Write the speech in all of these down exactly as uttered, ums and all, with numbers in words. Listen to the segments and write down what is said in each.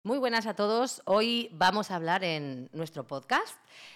Muy buenas a todos. Hoy vamos a hablar en nuestro podcast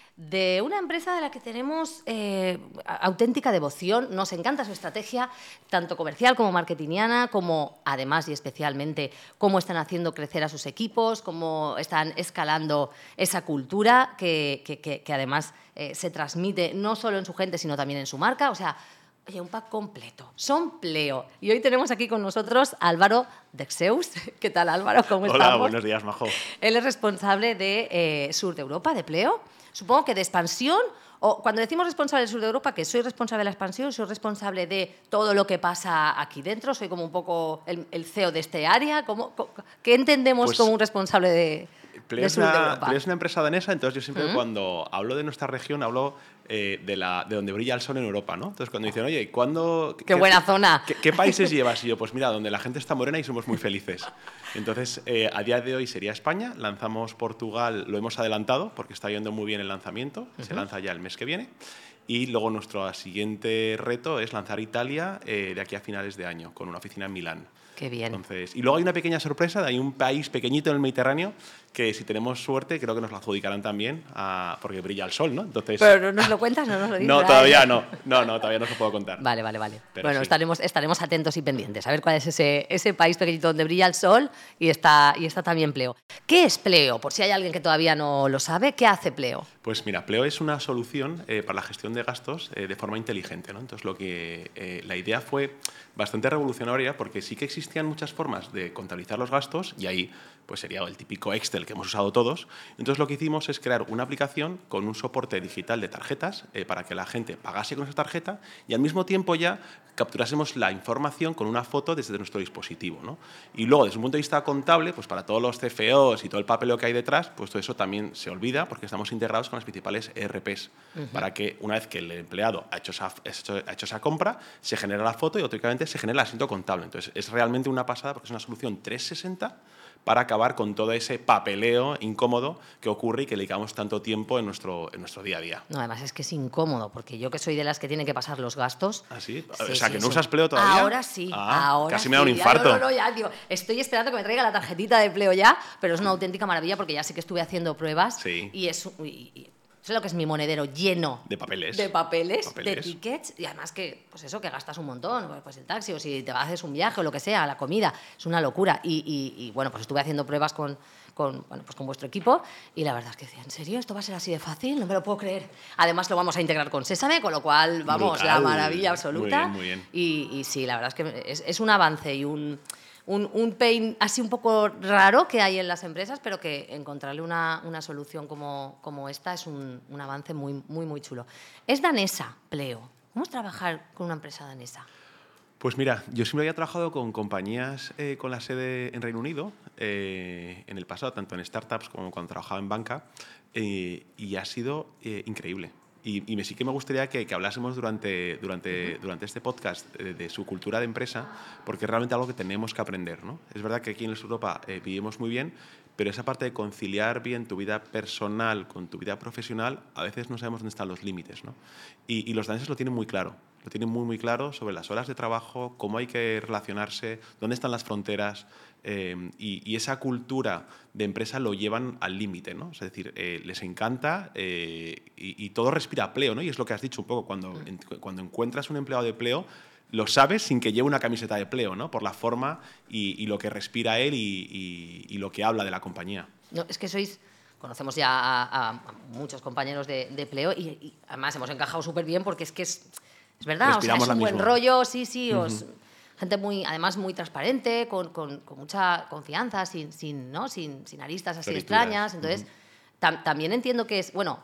de una empresa de la que tenemos eh, auténtica devoción. Nos encanta su estrategia, tanto comercial como marketingiana, como además y especialmente cómo están haciendo crecer a sus equipos, cómo están escalando esa cultura que, que, que, que además eh, se transmite no solo en su gente, sino también en su marca. O sea, oye, un pack completo. Son Pleo. Y hoy tenemos aquí con nosotros a Álvaro Dexeus. ¿Qué tal, Álvaro? ¿Cómo estamos? Hola, buenos días, Majo. Él es responsable de eh, Sur de Europa, de Pleo. Supongo que de expansión, o cuando decimos responsable del Sur de Europa, que soy responsable de la expansión, soy responsable de todo lo que pasa aquí dentro, soy como un poco el, el C E O de este área. ¿Cómo, cómo, ¿Qué entendemos Pues, como un responsable de, Pleo de es, Sur de una, Europa? Pleo es una empresa danesa, entonces yo siempre ¿Mm? cuando hablo de nuestra región hablo eh, de, la, de donde brilla el sol en Europa, ¿no? Entonces cuando dicen, oye, ¿cuándo, ¡Qué buena zona! ¿qué, ¿qué países llevas? Y yo, pues mira, donde la gente está morena y somos muy felices. Entonces, eh, a día de hoy sería España, lanzamos Portugal, lo hemos adelantado porque está yendo muy bien el lanzamiento, uh-huh. Se lanza ya el mes que viene. Y luego nuestro siguiente reto es lanzar Italia eh, de aquí a finales de año, con una oficina en Milán. Qué bien. Entonces, y luego hay una pequeña sorpresa, hay un país pequeñito en el Mediterráneo que si tenemos suerte creo que nos lo adjudicarán también a, porque brilla el sol, ¿no? Entonces, ¿pero no nos lo cuentas? ¿No nos lo dices? No, todavía no. No, no, todavía no os lo puedo contar. Vale, vale, vale. Pero bueno, sí. estaremos, estaremos atentos y pendientes a ver cuál es ese, ese país pequeñito donde brilla el sol y está, y está también Pleo. ¿Qué es Pleo? Por si hay alguien que todavía no lo sabe, ¿qué hace Pleo? Pues mira, Pleo es una solución eh, para la gestión de gastos eh, de forma inteligente, ¿no? Entonces, lo que, eh, la idea fue bastante revolucionaria porque sí que existían muchas formas de contabilizar los gastos y ahí pues sería el típico Excel que hemos usado todos. Entonces, lo que hicimos es crear una aplicación con un soporte digital de tarjetas eh, para que la gente pagase con esa tarjeta y al mismo tiempo ya capturásemos la información con una foto desde nuestro dispositivo, ¿no? Y luego, desde un punto de vista contable, pues para todos los C F Os y todo el papeleo que hay detrás, pues todo eso también se olvida porque estamos integrados con las principales E R Ps, uh-huh. para que una vez que el empleado ha hecho, esa, ha hecho esa compra, se genera la foto y automáticamente se genera el asiento contable. Entonces, es realmente una pasada porque es una solución trescientos sesenta para acabar con todo ese papeleo incómodo que ocurre y que le dedicamos tanto tiempo en nuestro, en nuestro día a día. No, además es que es incómodo, porque yo que soy de las que tienen que pasar los gastos... ¿Ah, sí? sí o sea, sí, que eso. no usas Pleo todavía. Ahora sí, ah, ahora casi sí. me da un infarto. Ya, no, no, no, ya, digo, estoy esperando que me traiga la tarjetita de Pleo ya, pero es una auténtica maravilla porque ya sí que estuve haciendo pruebas sí. y es... Y, y, eso es lo que es mi monedero, lleno de papeles, de papeles, papeles, de tickets, y además que, pues eso, que gastas un montón, pues el taxi, o si te haces un viaje o lo que sea, la comida, es una locura. Y, y, y bueno, pues estuve haciendo pruebas con, con, bueno, pues con vuestro equipo y la verdad es que decía, ¿en serio esto va a ser así de fácil? No me lo puedo creer. Además lo vamos a integrar con Sésame, con lo cual, vamos, brutal. La maravilla absoluta. Muy bien, muy bien. Y, y sí, la verdad es que es, es un avance y un... Un, un pain así un poco raro que hay en las empresas, pero que encontrarle una, una solución como, como esta es un, un avance muy, muy, muy chulo. Es danesa, Pleo. ¿Cómo es trabajar con una empresa danesa? Pues mira, yo siempre había trabajado con compañías eh, con la sede en Reino Unido, eh, en el pasado, tanto en startups como cuando trabajaba en banca, eh, y ha sido eh, increíble. Y, y sí que me gustaría que, que hablásemos durante, durante, uh-huh. durante este podcast de, de su cultura de empresa, porque es realmente algo que tenemos que aprender, ¿no? Es verdad que aquí en Europa eh, vivimos muy bien, pero esa parte de conciliar bien tu vida personal con tu vida profesional, a veces no sabemos dónde están los límites, ¿no? Y, y los daneses lo tienen muy claro. Lo tienen muy, muy claro sobre las horas de trabajo, cómo hay que relacionarse, dónde están las fronteras, eh, y, y esa cultura de empresa lo llevan al límite, ¿no? Es decir, eh, les encanta eh, y, y todo respira Pleo, ¿no? Y es lo que has dicho un poco, cuando, en, cuando encuentras un empleado de Pleo, lo sabes sin que lleve una camiseta de Pleo, ¿no? Por la forma y, y lo que respira él y, y, y lo que habla de la compañía. No, es que sois... Conocemos ya a, a muchos compañeros de, de Pleo y, y además hemos encajado súper bien porque es que es... Es verdad, o sea, es un buen rollo, sí, sí, uh-huh. os, gente muy, además muy transparente, con, con, con mucha confianza, sin, sin, ¿no? sin, sin aristas así Florituras. extrañas. Entonces, uh-huh. tam, también entiendo que es, bueno,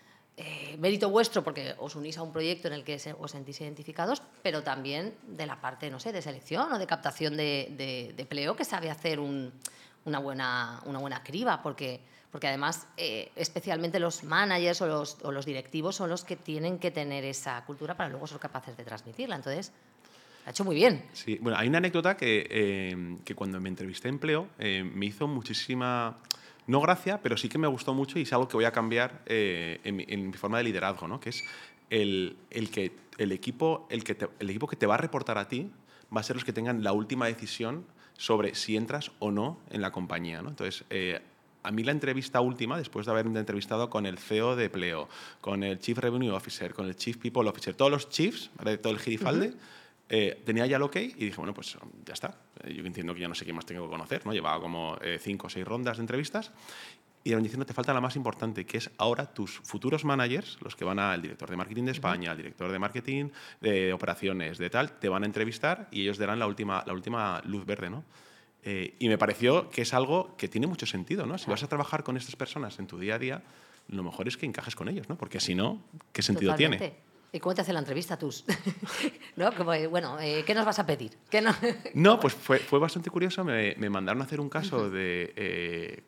eh, mérito vuestro porque os unís a un proyecto en el que se, os sentís identificados, pero también de la parte, no sé, de selección o de captación de, de, de Pleo, que sabe hacer un, una, buena, una buena criba, porque... Porque además, eh, especialmente los managers o los, o los directivos son los que tienen que tener esa cultura para luego ser capaces de transmitirla. Entonces, lo ha hecho muy bien. Sí, bueno, hay una anécdota que, eh, que cuando me entrevisté en Pleo eh, me hizo muchísima, no gracia, pero sí que me gustó mucho y es algo que voy a cambiar eh, en, mi, en mi forma de liderazgo, ¿no? Que es el, el que el equipo, el, que te, el equipo que te va a reportar a ti va a ser los que tengan la última decisión sobre si entras o no en la compañía, ¿no? Entonces, eh, a mí la entrevista última, después de haberme entrevistado con el C E O de Pleo, con el Chief Revenue Officer, con el Chief People Officer, todos los chiefs, ¿vale? Todo el girifalde, uh-huh. eh, tenía ya el ok y dije, bueno, pues ya está. Yo entiendo que ya no sé quién más tengo que conocer, ¿no? Llevaba como eh, cinco o seis rondas de entrevistas y iban diciendo, te falta la más importante, que es ahora tus futuros managers, los que van al director de marketing de España, uh-huh. al director de marketing de operaciones, de tal, te van a entrevistar y ellos darán la última, la última luz verde, ¿no? Eh, y me pareció que es algo que tiene mucho sentido, ¿no? Si vas a trabajar con estas personas en tu día a día, lo mejor es que encajes con ellos, ¿no? Porque si no, ¿qué sentido Totalmente. tiene? ¿Y cómo te hace la entrevista tú? ¿No? Como, bueno, eh, ¿qué nos vas a pedir? ¿Qué no? no, pues fue, fue bastante curioso. Me, me mandaron a hacer un caso de eh,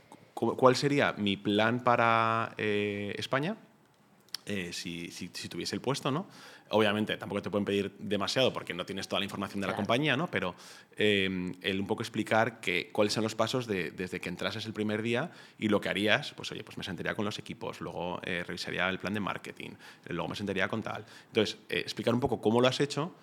cuál sería mi plan para eh, España eh, si, si, si tuviese el puesto, ¿no? Obviamente, tampoco te pueden pedir demasiado porque no tienes toda la información de la claro. compañía, ¿no? Pero eh, el un poco explicar que, cuáles son los pasos de, desde que entrases el primer día y lo que harías, pues oye, pues me sentaría con los equipos, luego eh, revisaría el plan de marketing, luego me sentaría con tal. Entonces, eh, explicar un poco cómo lo has hecho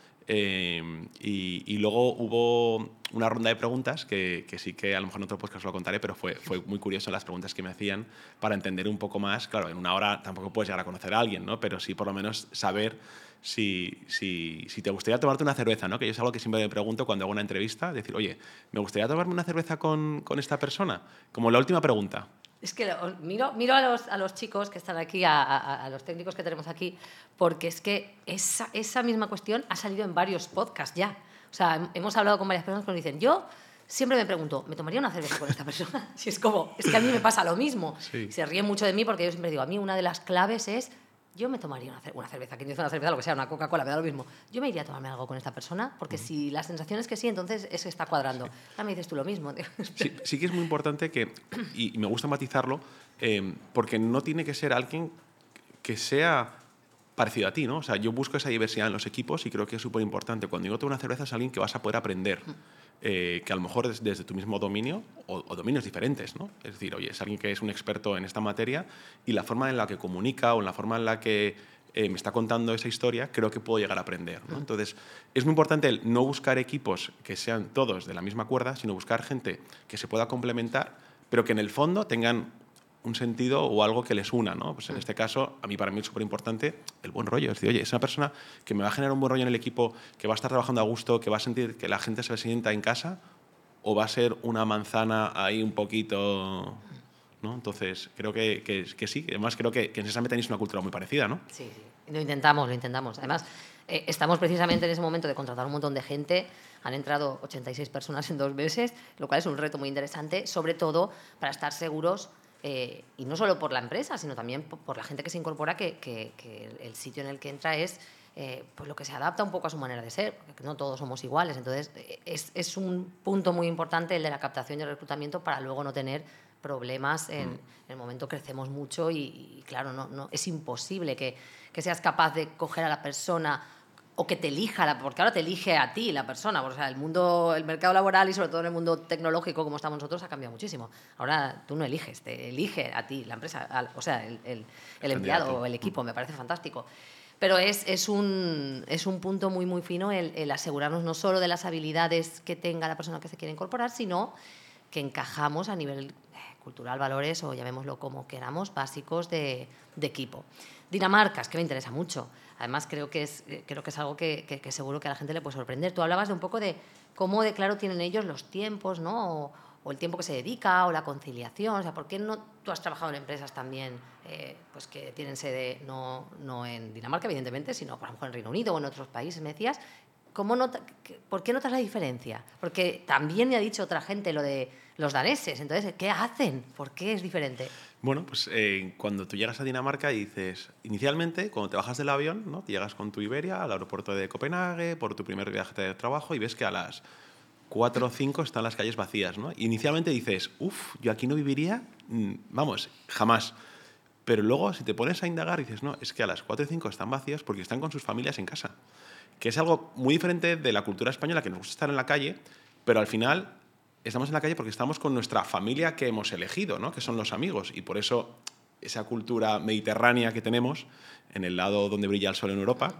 eh, y, y luego hubo una ronda de preguntas que, que sí que a lo mejor en otro podcast lo contaré, pero fue, fue muy curioso las preguntas que me hacían para entender un poco más. Claro, en una hora tampoco puedes llegar a conocer a alguien, ¿no? Pero sí por lo menos saber Si, si, si te gustaría tomarte una cerveza, ¿no? Que yo es algo que siempre me pregunto cuando hago una entrevista, decir, oye, ¿me gustaría tomarme una cerveza con, con esta persona? Como la última pregunta. Es que lo, miro, miro a, los, a los chicos que están aquí, a, a, a los técnicos que tenemos aquí, porque es que esa, esa misma cuestión ha salido en varios podcasts ya. O sea, hemos hablado con varias personas que nos dicen, yo siempre me pregunto, ¿me tomaría una cerveza con esta persona? Si es como, es que a mí me pasa lo mismo. Sí. Se ríen mucho de mí porque yo siempre digo, a mí una de las claves es... Yo me tomaría una, una cerveza, quien dice una cerveza, lo que sea, una Coca-Cola, me da lo mismo. Yo me iría a tomarme algo con esta persona, porque uh-huh. si la sensación es que sí, entonces eso está cuadrando. Sí. Ya me dices tú lo mismo. Sí, sí que es muy importante que, y, y me gusta matizarlo, eh, porque no tiene que ser alguien que sea parecido a ti, ¿no? O sea, yo busco esa diversidad en los equipos y creo que es súper importante. Cuando digo tomar una cerveza es alguien que vas a poder aprender. Uh-huh. Eh, que a lo mejor es desde tu mismo dominio o, o dominios diferentes, ¿no? Es decir, oye, es alguien que es un experto en esta materia y la forma en la que comunica o en la forma en la que eh, me está contando esa historia, creo que puedo llegar a aprender, ¿no? Entonces, es muy importante el no buscar equipos que sean todos de la misma cuerda, sino buscar gente que se pueda complementar, pero que en el fondo tengan un sentido o algo que les una, ¿no? Pues en este caso, a mí para mí es súper importante el buen rollo. Es decir, oye, es una persona que me va a generar un buen rollo en el equipo, que va a estar trabajando a gusto, que va a sentir que la gente se sienta en casa, o va a ser una manzana ahí un poquito, ¿no? Entonces, creo que, que, que sí. Además, creo que, que en Sesame tenéis una cultura muy parecida, ¿no? Sí, sí. Lo intentamos, lo intentamos. Además, eh, estamos precisamente en ese momento de contratar un montón de gente. Han entrado ochenta y seis personas en dos meses, lo cual es un reto muy interesante, sobre todo para estar seguros. Eh, y no solo por la empresa, sino también por, por la gente que se incorpora, que, que, que el sitio en el que entra es eh, pues lo que se adapta un poco a su manera de ser, porque no todos somos iguales. Entonces, es, es un punto muy importante el de la captación y el reclutamiento para luego no tener problemas en, mm. en el momento crecemos mucho y, y claro, no, no, es imposible que, que seas capaz de coger a la persona o que te elija, porque ahora te elige a ti la persona. O sea, el mundo, el mercado laboral y sobre todo en el mundo tecnológico como estamos nosotros ha cambiado muchísimo. Ahora tú no eliges, te elige a ti la empresa, o sea, el, el, el empleado o el equipo, me parece fantástico. Pero es, es, un, es un punto muy, muy fino el, el asegurarnos no solo de las habilidades que tenga la persona que se quiere incorporar, sino que encajamos a nivel cultural, valores o llamémoslo como queramos, básicos de, de equipo. Dinamarca, es que me interesa mucho. Además, creo que es, creo que es algo que, que, que seguro que a la gente le puede sorprender. Tú hablabas de un poco de cómo de claro tienen ellos los tiempos, ¿no? O, o el tiempo que se dedica, o la conciliación. O sea, ¿por qué no tú has trabajado en empresas también eh, pues que tienen sede no, no en Dinamarca, evidentemente, sino por ejemplo en Reino Unido o en otros países, me decías? ¿Cómo nota, ¿Por qué notas la diferencia? Porque también me ha dicho otra gente lo de los daneses. Entonces, ¿qué hacen? ¿Por qué es diferente? Bueno, pues eh, cuando tú llegas a Dinamarca y dices, inicialmente, cuando te bajas del avión, ¿no? Te llegas con tu Iberia al aeropuerto de Copenhague por tu primer viaje de trabajo y ves que a las cuatro o cinco están las calles vacías, ¿no? Inicialmente dices, uff, yo aquí no viviría, vamos, jamás. Pero luego, si te pones a indagar, dices, no, es que a las cuatro y cinco están vacías porque están con sus familias en casa. Que es algo muy diferente de la cultura española, que nos gusta estar en la calle, pero al final estamos en la calle porque estamos con nuestra familia que hemos elegido, ¿no? Que son los amigos. Y por eso esa cultura mediterránea que tenemos, en el lado donde brilla el sol en Europa,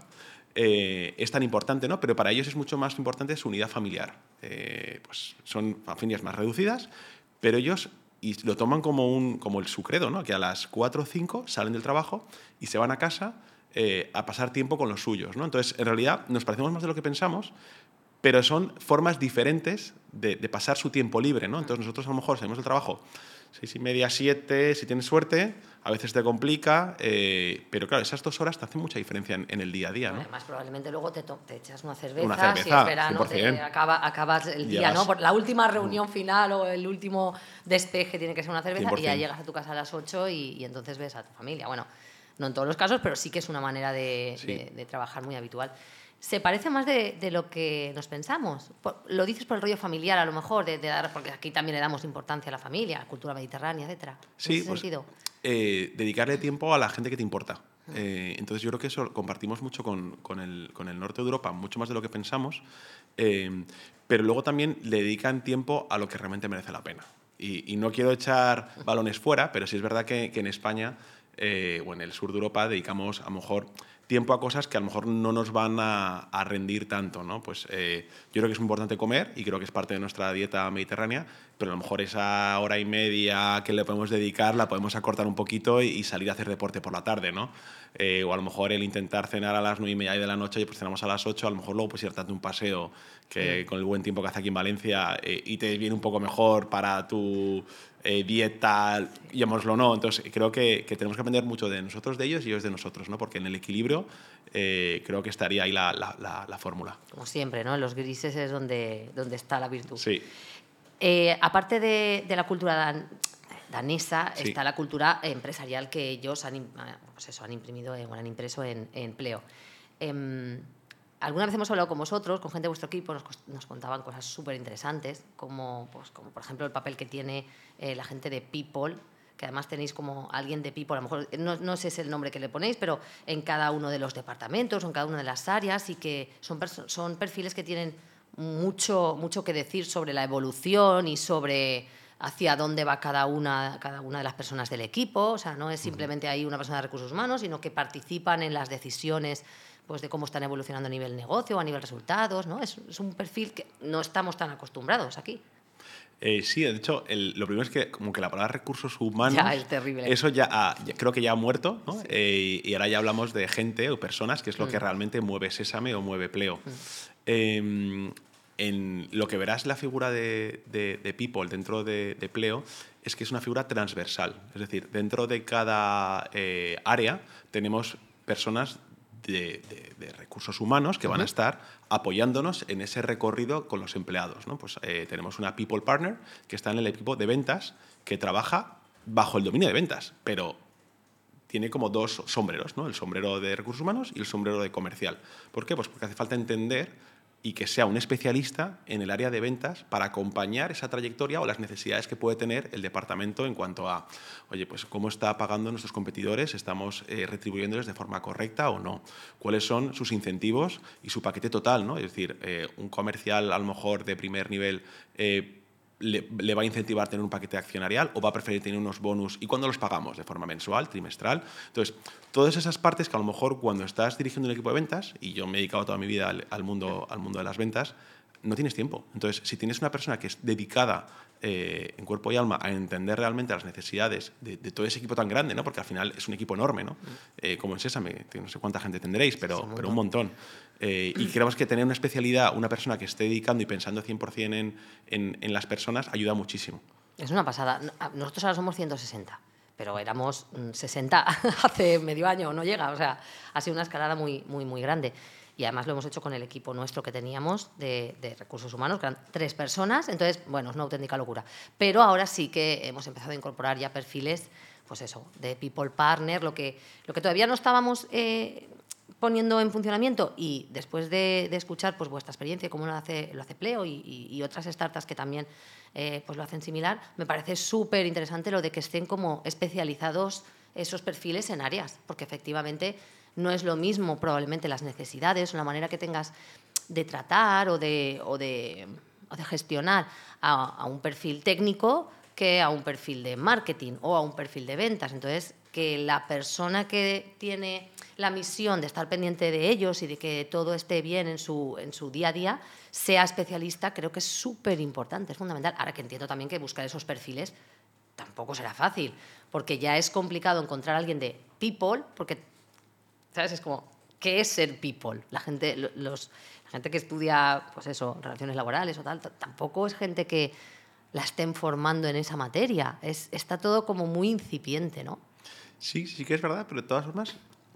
eh, es tan importante, ¿no? Pero para ellos es mucho más importante su unidad familiar. Eh, pues son familias más reducidas, pero ellos y lo toman como, un, como el, su credo, ¿no? Que a las cuatro o cinco salen del trabajo y se van a casa eh, a pasar tiempo con los suyos, ¿no? Entonces, en realidad, nos parecemos más de lo que pensamos, pero son formas diferentes de, de pasar su tiempo libre, ¿no? Entonces, nosotros a lo mejor salimos del trabajo seis y media, siete, si tienes suerte, a veces te complica, eh, pero claro, esas dos horas te hacen mucha diferencia en, en el día a día, ¿no? Además, probablemente luego te, te echas una cerveza, Una cerveza, si es verano, cien por cien. te acaba, acabas el día, Llegas, ¿no? Por la última reunión final o el último despeje tiene que ser una cerveza cien por y ya cien. llegas a tu casa a las ocho y, y entonces ves a tu familia. Bueno, no en todos los casos, pero sí que es una manera de, Sí. de, de trabajar muy habitual. Se parece más de, de lo que nos pensamos. Por, lo dices por el rollo familiar, a lo mejor, de, de dar, porque aquí también le damos importancia a la familia, a la cultura mediterránea, etcétera. Sí, ¿En ese pues sentido? eh, dedicarle tiempo a la gente que te importa. Eh, entonces yo creo que eso lo compartimos mucho con, con, el, con el norte de Europa, mucho más de lo que pensamos, eh, pero luego también le dedican tiempo a lo que realmente merece la pena. Y, y no quiero echar balones fuera, pero sí es verdad que, que en España eh, o en el sur de Europa dedicamos a lo mejor tiempo a cosas que a lo mejor no nos van a, a rendir tanto, ¿no? Pues eh, yo creo que es muy importante comer y creo que es parte de nuestra dieta mediterránea, pero a lo mejor esa hora y media que le podemos dedicar la podemos acortar un poquito y, y salir a hacer deporte por la tarde, ¿no? Eh, o a lo mejor el intentar cenar a las nueve y media de la noche y pues cenamos a las ocho, a lo mejor luego pues ir dando un paseo que mm. con el buen tiempo que hace aquí en Valencia eh, y te viene un poco mejor para tu eh, dieta, llamémoslo no. Entonces creo que, que tenemos que aprender mucho de nosotros de ellos y ellos de nosotros, ¿no? Porque en el equilibrio eh, creo que estaría ahí la, la, la, la fórmula. Como siempre, ¿no? En los grises es donde, donde está la virtud. Sí. Eh, aparte de, de la cultura dan, danesa, sí. está la cultura empresarial que ellos han, pues eso, han imprimido, eh, han impreso en, en empleo. Eh, alguna vez hemos hablado con vosotros, con gente de vuestro equipo, nos, nos contaban cosas súper interesantes, como, pues, como por ejemplo el papel que tiene eh, la gente de People, que además tenéis como alguien de People, a lo mejor no, no sé si es el nombre que le ponéis, pero en cada uno de los departamentos o en cada una de las áreas, y que son, son perfiles que tienen mucho, mucho que decir sobre la evolución y sobre hacia dónde va cada una, cada una de las personas del equipo. O sea, no es simplemente ahí una persona de recursos humanos, sino que participan en las decisiones, pues, de cómo están evolucionando a nivel negocio o a nivel resultados, ¿no? Es, es un perfil que no estamos tan acostumbrados aquí. Eh, sí, de hecho, el, lo primero es que como que la palabra recursos humanos, ya, es terrible. Eso ya, ah, ya creo que ya ha muerto, ¿no? Sí. Eh, y ahora ya hablamos de gente o personas, que es lo mm. que realmente mueve Sésame o mueve Pleo. Mm. Eh, en lo que verás la figura de, de, de People dentro de, de Pleo es que es una figura transversal. Es decir, dentro de cada eh, área tenemos personas de, de, de recursos humanos que uh-huh. van a estar apoyándonos en ese recorrido con los empleados, ¿no? Pues eh, tenemos una People Partner que está en el equipo de ventas que trabaja bajo el dominio de ventas, pero tiene como dos sombreros, ¿no? El sombrero de recursos humanos y el sombrero de comercial. ¿Por qué? Pues porque hace falta entender y que sea un especialista en el área de ventas para acompañar esa trayectoria o las necesidades que puede tener el departamento en cuanto a, oye, pues cómo está pagando nuestros competidores, estamos eh, retribuyéndoles de forma correcta o no, cuáles son sus incentivos y su paquete total, ¿no? Es decir, eh, un comercial a lo mejor de primer nivel eh, Le, le va a incentivar tener un paquete accionarial o va a preferir tener unos bonus y cuándo los pagamos, de forma mensual, trimestral. Entonces, todas esas partes que a lo mejor cuando estás dirigiendo un equipo de ventas, y yo me he dedicado toda mi vida al, al, mundo, al mundo de las ventas, no tienes tiempo. Entonces, si tienes una persona que es dedicada eh, en cuerpo y alma a entender realmente las necesidades de, de todo ese equipo tan grande, ¿no? Porque al final es un equipo enorme, ¿no? Eh, como en Sésame, no sé cuánta gente tendréis, pero, sí, un pero un montón. Eh, y creemos que tener una especialidad, una persona que esté dedicando y pensando cien por cien en, en, en las personas, ayuda muchísimo. Es una pasada. Nosotros ahora somos ciento sesenta, pero éramos sesenta hace medio año, no llega. O sea, ha sido una escalada muy, muy, muy grande. Y además lo hemos hecho con el equipo nuestro que teníamos de, de recursos humanos, que eran tres personas. Entonces, bueno, es una auténtica locura. Pero ahora sí que hemos empezado a incorporar ya perfiles, pues eso, de People Partner, lo que, lo que todavía no estábamos eh, poniendo en funcionamiento. Y después de, de escuchar pues vuestra experiencia, cómo lo hace, lo hace Pleo y, y, y otras startups que también eh, pues lo hacen similar, me parece súper interesante lo de que estén como especializados esos perfiles en áreas, porque efectivamente no es lo mismo probablemente las necesidades o la manera que tengas de tratar o de, o de, o de gestionar a, a un perfil técnico que a un perfil de marketing o a un perfil de ventas. Entonces, que la persona que tiene la misión de estar pendiente de ellos y de que todo esté bien en su, en su día a día, sea especialista, creo que es súper importante, es fundamental. Ahora que entiendo también que buscar esos perfiles tampoco será fácil, porque ya es complicado encontrar a alguien de people, porque, ¿sabes? Es como, ¿qué es ser people? La gente, los, la gente que estudia, pues eso, relaciones laborales o tal, tampoco es gente que la estén formando en esa materia. Es, está todo como muy incipiente, ¿no? Sí, sí que es verdad, pero de todas formas,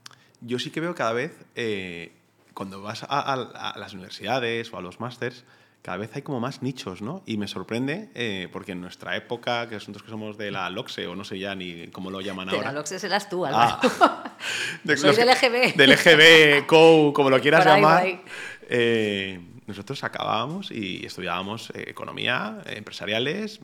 yo sí que veo cada vez, eh, cuando vas a, a, a las universidades o a los másters, cada vez hay como más nichos, ¿no? Y me sorprende, eh, porque en nuestra época, que nosotros que somos de la LOCSE, o no sé ya ni cómo lo llaman de ahora. De la LOCSE serás tú, Álvaro. Ah, de, Soy del L G B. Del L G B, C O U, como lo quieras Por ahí, llamar. por ahí. Eh, nosotros acabábamos y estudiábamos eh, economía, eh, empresariales.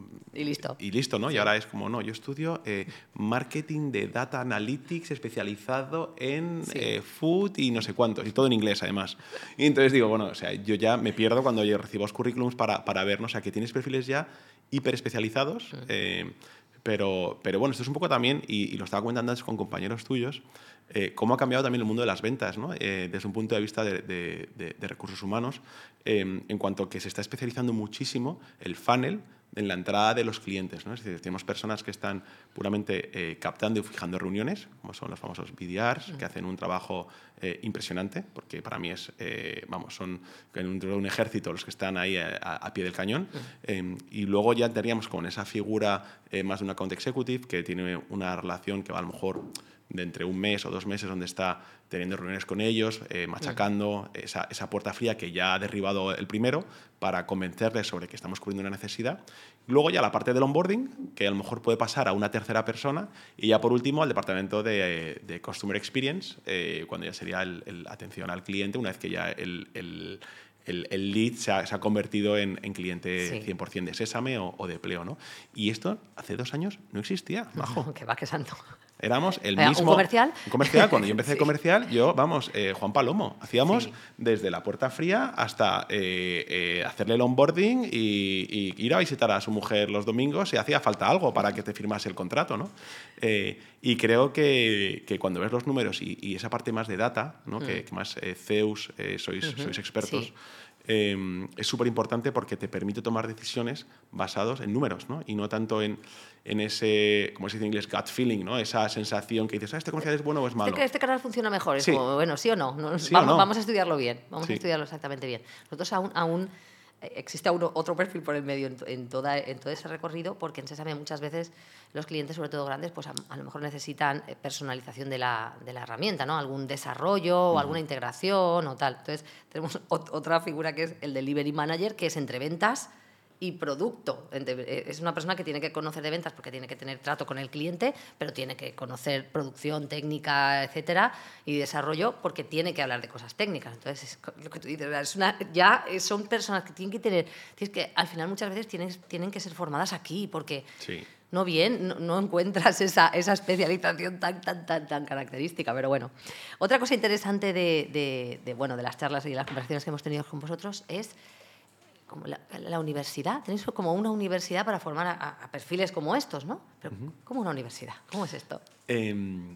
Y listo. Y listo, ¿no? Sí. Y ahora es como, no, yo estudio eh, marketing de data analytics especializado en sí. eh, food y no sé cuántos, y todo en inglés además. Y entonces digo, bueno, o sea, yo ya me pierdo cuando yo recibo los currículums para, para ver, ¿no? O sea, que tienes perfiles ya hiper especializados, sí. eh, pero, pero bueno, esto es un poco también, y, y lo estaba comentando antes con compañeros tuyos, eh, cómo ha cambiado también el mundo de las ventas, ¿no? Eh, desde un punto de vista de, de, de, de recursos humanos, eh, en cuanto a que se está especializando muchísimo el funnel en la entrada de los clientes, ¿no? Es decir, tenemos personas que están puramente eh, captando y fijando reuniones, como son los famosos B D Rs, que hacen un trabajo eh, impresionante, porque para mí es, eh, vamos, son dentro de un ejército los que están ahí a, a pie del cañón. Eh, y luego ya tendríamos con esa figura eh, más de un account executive que tiene una relación que va a lo mejor de entre un mes o dos meses, donde está teniendo reuniones con ellos, eh, machacando uh-huh. esa, esa puerta fría que ya ha derribado el primero para convencerles sobre que estamos cubriendo una necesidad. Luego ya la parte del onboarding, que a lo mejor puede pasar a una tercera persona, y ya por último al departamento de, de Customer Experience, eh, cuando ya sería el, el atención al cliente, una vez que ya el, el El, el lead se ha, se ha convertido en, en cliente sí. cien por ciento de Sésame o, o de Pleo, ¿no? Y esto hace dos años no existía, majo. Que va, que santo. Éramos el Oiga, mismo... ¿Un comercial? Un comercial. Cuando yo empecé sí. de comercial, yo, vamos, eh, Juan Palomo. Hacíamos sí. desde la puerta fría hasta eh, eh, hacerle el onboarding y, y ir a visitar a su mujer los domingos si hacía falta algo para que te firmase el contrato, ¿no? Eh, y creo que, que cuando ves los números y, y esa parte más de data, ¿no? Mm. que, que más eh, C E Us eh, sois, uh-huh. sois expertos... Sí. Eh, es súper importante porque te permite tomar decisiones basadas en números, ¿no? Y no tanto en, en ese, como se dice en inglés, gut feeling, ¿no? Esa sensación que dices, ah, ¿este comercial es bueno o es malo? Este, este canal funciona mejor. Es sí. como, bueno, ¿sí o no? no, ¿Sí vamos, o no? vamos a estudiarlo bien. Vamos sí. a estudiarlo exactamente bien. Nosotros aún... aún existe aún otro perfil por el medio en, en, toda, en todo ese recorrido, porque en Sésame muchas veces los clientes, sobre todo grandes, pues a, a lo mejor necesitan personalización de la, de la herramienta, ¿no? Algún desarrollo o uh-huh. alguna integración o tal. Entonces tenemos ot- otra figura que es el Delivery Manager, que es entre ventas y producto. Es una persona que tiene que conocer de ventas porque tiene que tener trato con el cliente, pero tiene que conocer producción, técnica, etcétera, y desarrollo porque tiene que hablar de cosas técnicas. Entonces, es lo que tú dices, es una, ya son personas que tienen que tener, tienes que, al final muchas veces tienen, tienen que ser formadas aquí porque sí. no bien, no, no encuentras esa, esa especialización tan, tan, tan, tan característica. Pero bueno, otra cosa interesante de, de, de, bueno, de las charlas y las conversaciones que hemos tenido con vosotros es como la, la universidad. Tenéis como una universidad para formar a, a perfiles como estos, ¿no? Pero, uh-huh. ¿cómo una universidad? ¿Cómo es esto? Eh,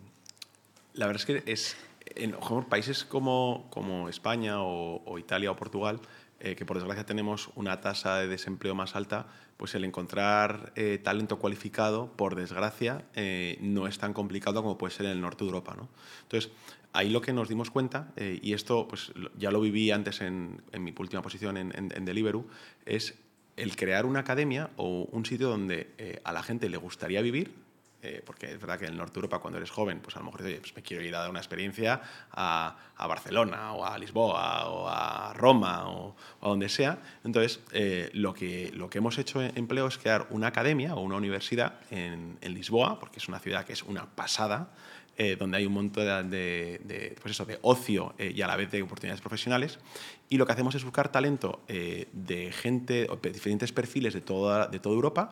la verdad es que es, en mejor, países como, como España o, o Italia o Portugal, eh, que por desgracia tenemos una tasa de desempleo más alta, pues el encontrar eh, talento cualificado, por desgracia, eh, no es tan complicado como puede ser en el norte de Europa, ¿no? Entonces, ahí lo que nos dimos cuenta, eh, y esto pues ya lo viví antes en, en mi última posición en, en, en Deliveroo, es el crear una academia o un sitio donde eh, a la gente le gustaría vivir, eh, porque es verdad que en el norte de Europa cuando eres joven, pues a lo mejor oye, pues me quiero ir a dar una experiencia a, a Barcelona o a Lisboa o a Roma o, o a donde sea. Entonces, eh, lo, que, lo que hemos hecho en Empleo es crear una academia o una universidad en, en Lisboa, porque es una ciudad que es una pasada, Eh, donde hay un montón de, de, de, pues eso, de ocio eh, y a la vez de oportunidades profesionales. Y lo que hacemos es buscar talento eh, de gente, de diferentes perfiles de toda, de toda Europa,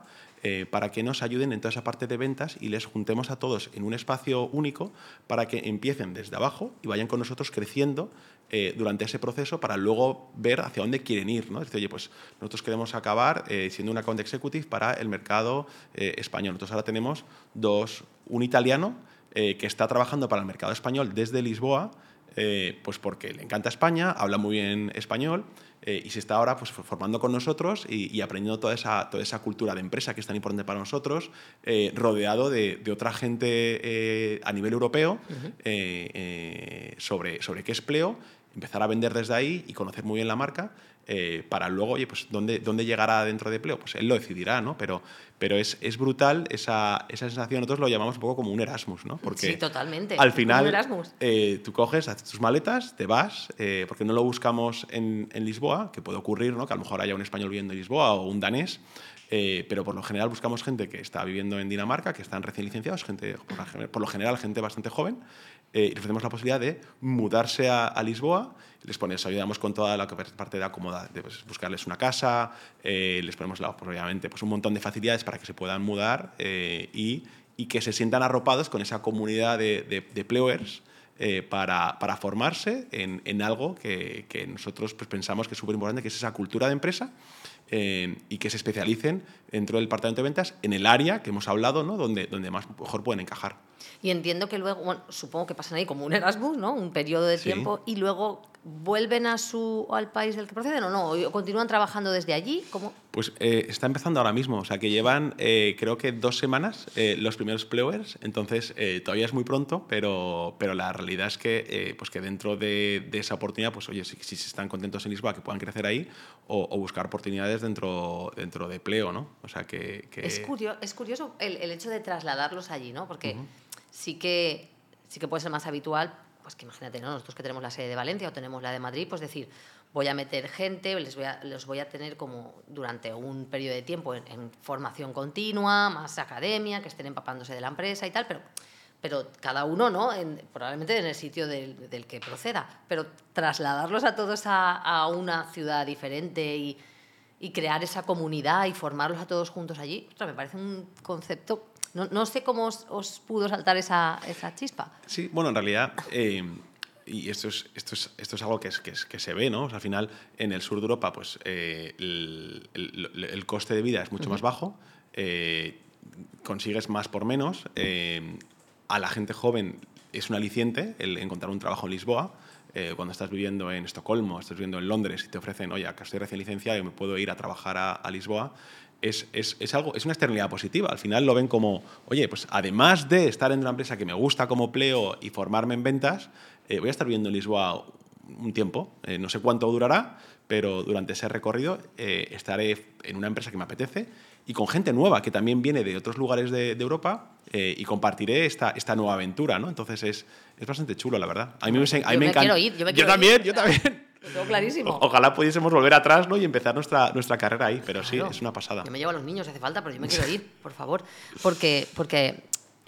eh, para que nos ayuden en toda esa parte de ventas y les juntemos a todos en un espacio único para que empiecen desde abajo y vayan con nosotros creciendo eh, durante ese proceso para luego ver hacia dónde quieren ir, ¿no? Es decir, oye, pues nosotros queremos acabar eh, siendo un account executive para el mercado eh, español. Entonces ahora tenemos dos, un italiano eh, que está trabajando para el mercado español desde Lisboa, eh, pues porque le encanta España, habla muy bien español eh, y se está ahora pues, formando con nosotros y, y aprendiendo toda esa, toda esa cultura de empresa que es tan importante para nosotros, eh, rodeado de, de otra gente eh, a nivel europeo uh-huh. eh, eh, sobre, sobre qué es Pleo, empezar a vender desde ahí y conocer muy bien la marca. Eh, para luego, oye, pues ¿dónde, dónde llegará dentro de Pleo? Pues él lo decidirá, ¿no? Pero, pero es, es brutal esa, esa sensación, nosotros lo llamamos un poco como un Erasmus, ¿no? Porque sí, totalmente. Al final, un Erasmus. Eh, tú coges, haces tus maletas, te vas, eh, porque no lo buscamos en, en Lisboa, que puede ocurrir, ¿no? Que a lo mejor haya un español viviendo en Lisboa o un danés, eh, pero por lo general buscamos gente que está viviendo en Dinamarca, que están recién licenciados, gente, por lo general gente bastante joven, eh, y les ofrecemos la posibilidad de mudarse a, a Lisboa. Les ponemos, ayudamos con toda la parte de acomodar, de pues, buscarles una casa, eh, les ponemos, la, pues, obviamente, pues, un montón de facilidades para que se puedan mudar eh, y, y que se sientan arropados con esa comunidad de, de, de Pleoers eh, para, para formarse en, en algo que, que nosotros pues, pensamos que es súper importante, que es esa cultura de empresa eh, y que se especialicen dentro del departamento de ventas en el área que hemos hablado, ¿no? donde, donde más mejor pueden encajar. Y entiendo que luego, bueno, supongo que pasan ahí como un Erasmus, ¿no? Un periodo de tiempo, sí. Y luego vuelven a su, al país del que proceden o no, o continúan trabajando desde allí. ¿Cómo? Pues eh, está empezando ahora mismo, o sea que llevan eh, creo que dos semanas eh, los primeros Pleoers, entonces eh, todavía es muy pronto, pero, pero la realidad es que, eh, pues que dentro de, de esa oportunidad, pues oye, si, si están contentos en Lisboa, que puedan crecer ahí o, o buscar oportunidades dentro, dentro de Pleo, ¿no? O sea que... que... Es, curioso, es curioso el, el hecho de trasladarlos allí, ¿no? Porque uh-huh. sí, que, sí que puede ser más habitual, pues que imagínate, ¿no? Nosotros que tenemos la sede de Valencia o tenemos la de Madrid, pues decir, voy a meter gente, les voy a, los voy a tener como durante un periodo de tiempo en, en formación continua, más academia, que estén empapándose de la empresa y tal, pero, pero cada uno, ¿no? En, probablemente en el sitio del, del que proceda, pero trasladarlos a todos a, a una ciudad diferente y, y crear esa comunidad y formarlos a todos juntos allí, ostras, me parece un concepto... No, no sé cómo os, os pudo saltar esa, esa chispa. Sí, bueno, en realidad, eh, y esto es, esto, es, esto es algo que, es, que, es, que se ve, ¿no? O sea, al final, en el sur de Europa, pues eh, el, el, el coste de vida es mucho uh-huh. más bajo, eh, consigues más por menos, eh, a la gente joven es un aliciente el encontrar un trabajo en Lisboa. Eh, cuando estás viviendo en Estocolmo, estás viviendo en Londres y te ofrecen, oye, acá estoy recién licenciado y me puedo ir a trabajar a, a Lisboa, es, es, es, algo, es una externalidad positiva. Al final lo ven como, oye, pues además de estar en una empresa que me gusta como Pleo y formarme en ventas, eh, voy a estar viviendo en Lisboa un tiempo, eh, no sé cuánto durará, pero durante ese recorrido eh, estaré en una empresa que me apetece y con gente nueva que también viene de otros lugares de, de Europa eh, y compartiré esta, esta nueva aventura, ¿no? Entonces es, es bastante chulo, la verdad. A mí me, a mí me encanta. Ir, yo, me yo también, ir, yo también. Lo tengo clarísimo. O, ojalá pudiésemos volver atrás, ¿no? Y empezar nuestra, nuestra carrera ahí, pero claro, sí, es una pasada. Yo me llevo a los niños si hace falta, pero yo me quiero ir, por favor. Porque, porque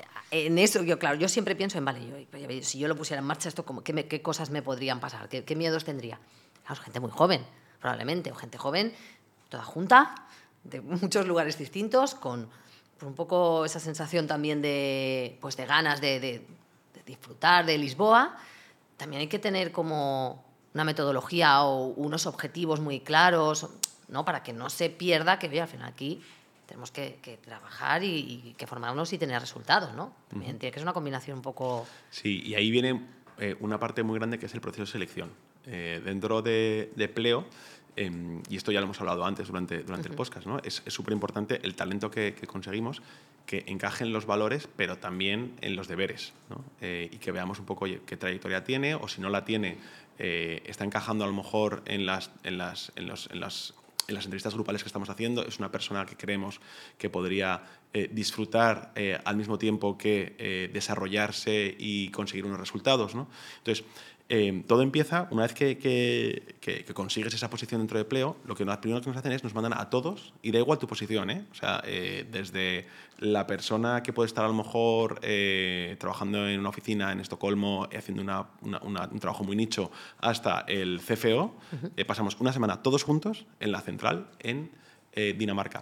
en eso, yo claro, yo siempre pienso en, vale, yo, si yo lo pusiera en marcha, esto, ¿qué, me, qué cosas me podrían pasar? ¿Qué, qué miedos tendría? Claro, gente muy joven, probablemente, o gente joven, toda junta, de muchos lugares distintos, con pues, un poco esa sensación también de, pues, de ganas de, de, de disfrutar de Lisboa. También hay que tener como una metodología o unos objetivos muy claros, ¿no? Para que no se pierda que, oye, al final aquí tenemos que, que trabajar y, y que formarnos y tener resultados, ¿no? También uh-huh. tiene que ser una combinación un poco... Sí, y ahí viene eh, una parte muy grande que es el proceso de selección. Eh, dentro de, de Pleo, eh, y esto ya lo hemos hablado antes durante, durante uh-huh. el podcast, ¿no? Es súper importante el talento que, que conseguimos, que encaje en los valores, pero también en los deberes, ¿no? Eh, y que veamos un poco, oye, qué trayectoria tiene, o si no la tiene, eh, está encajando a lo mejor en las, en las, en los, en las, en las entrevistas grupales que estamos haciendo, es una persona que creemos que podría eh, disfrutar eh, al mismo tiempo que eh, desarrollarse y conseguir unos resultados, ¿no? Entonces, Eh, todo empieza, una vez que, que, que, que consigues esa posición dentro de Pleo, lo que lo primero que nos hacen es nos mandan a todos, y da igual tu posición, ¿eh? O sea, eh, desde la persona que puede estar a lo mejor eh, trabajando en una oficina en Estocolmo, haciendo una, una, una, un trabajo muy nicho, hasta el C F O, uh-huh. eh, pasamos una semana todos juntos en la central en eh, Dinamarca.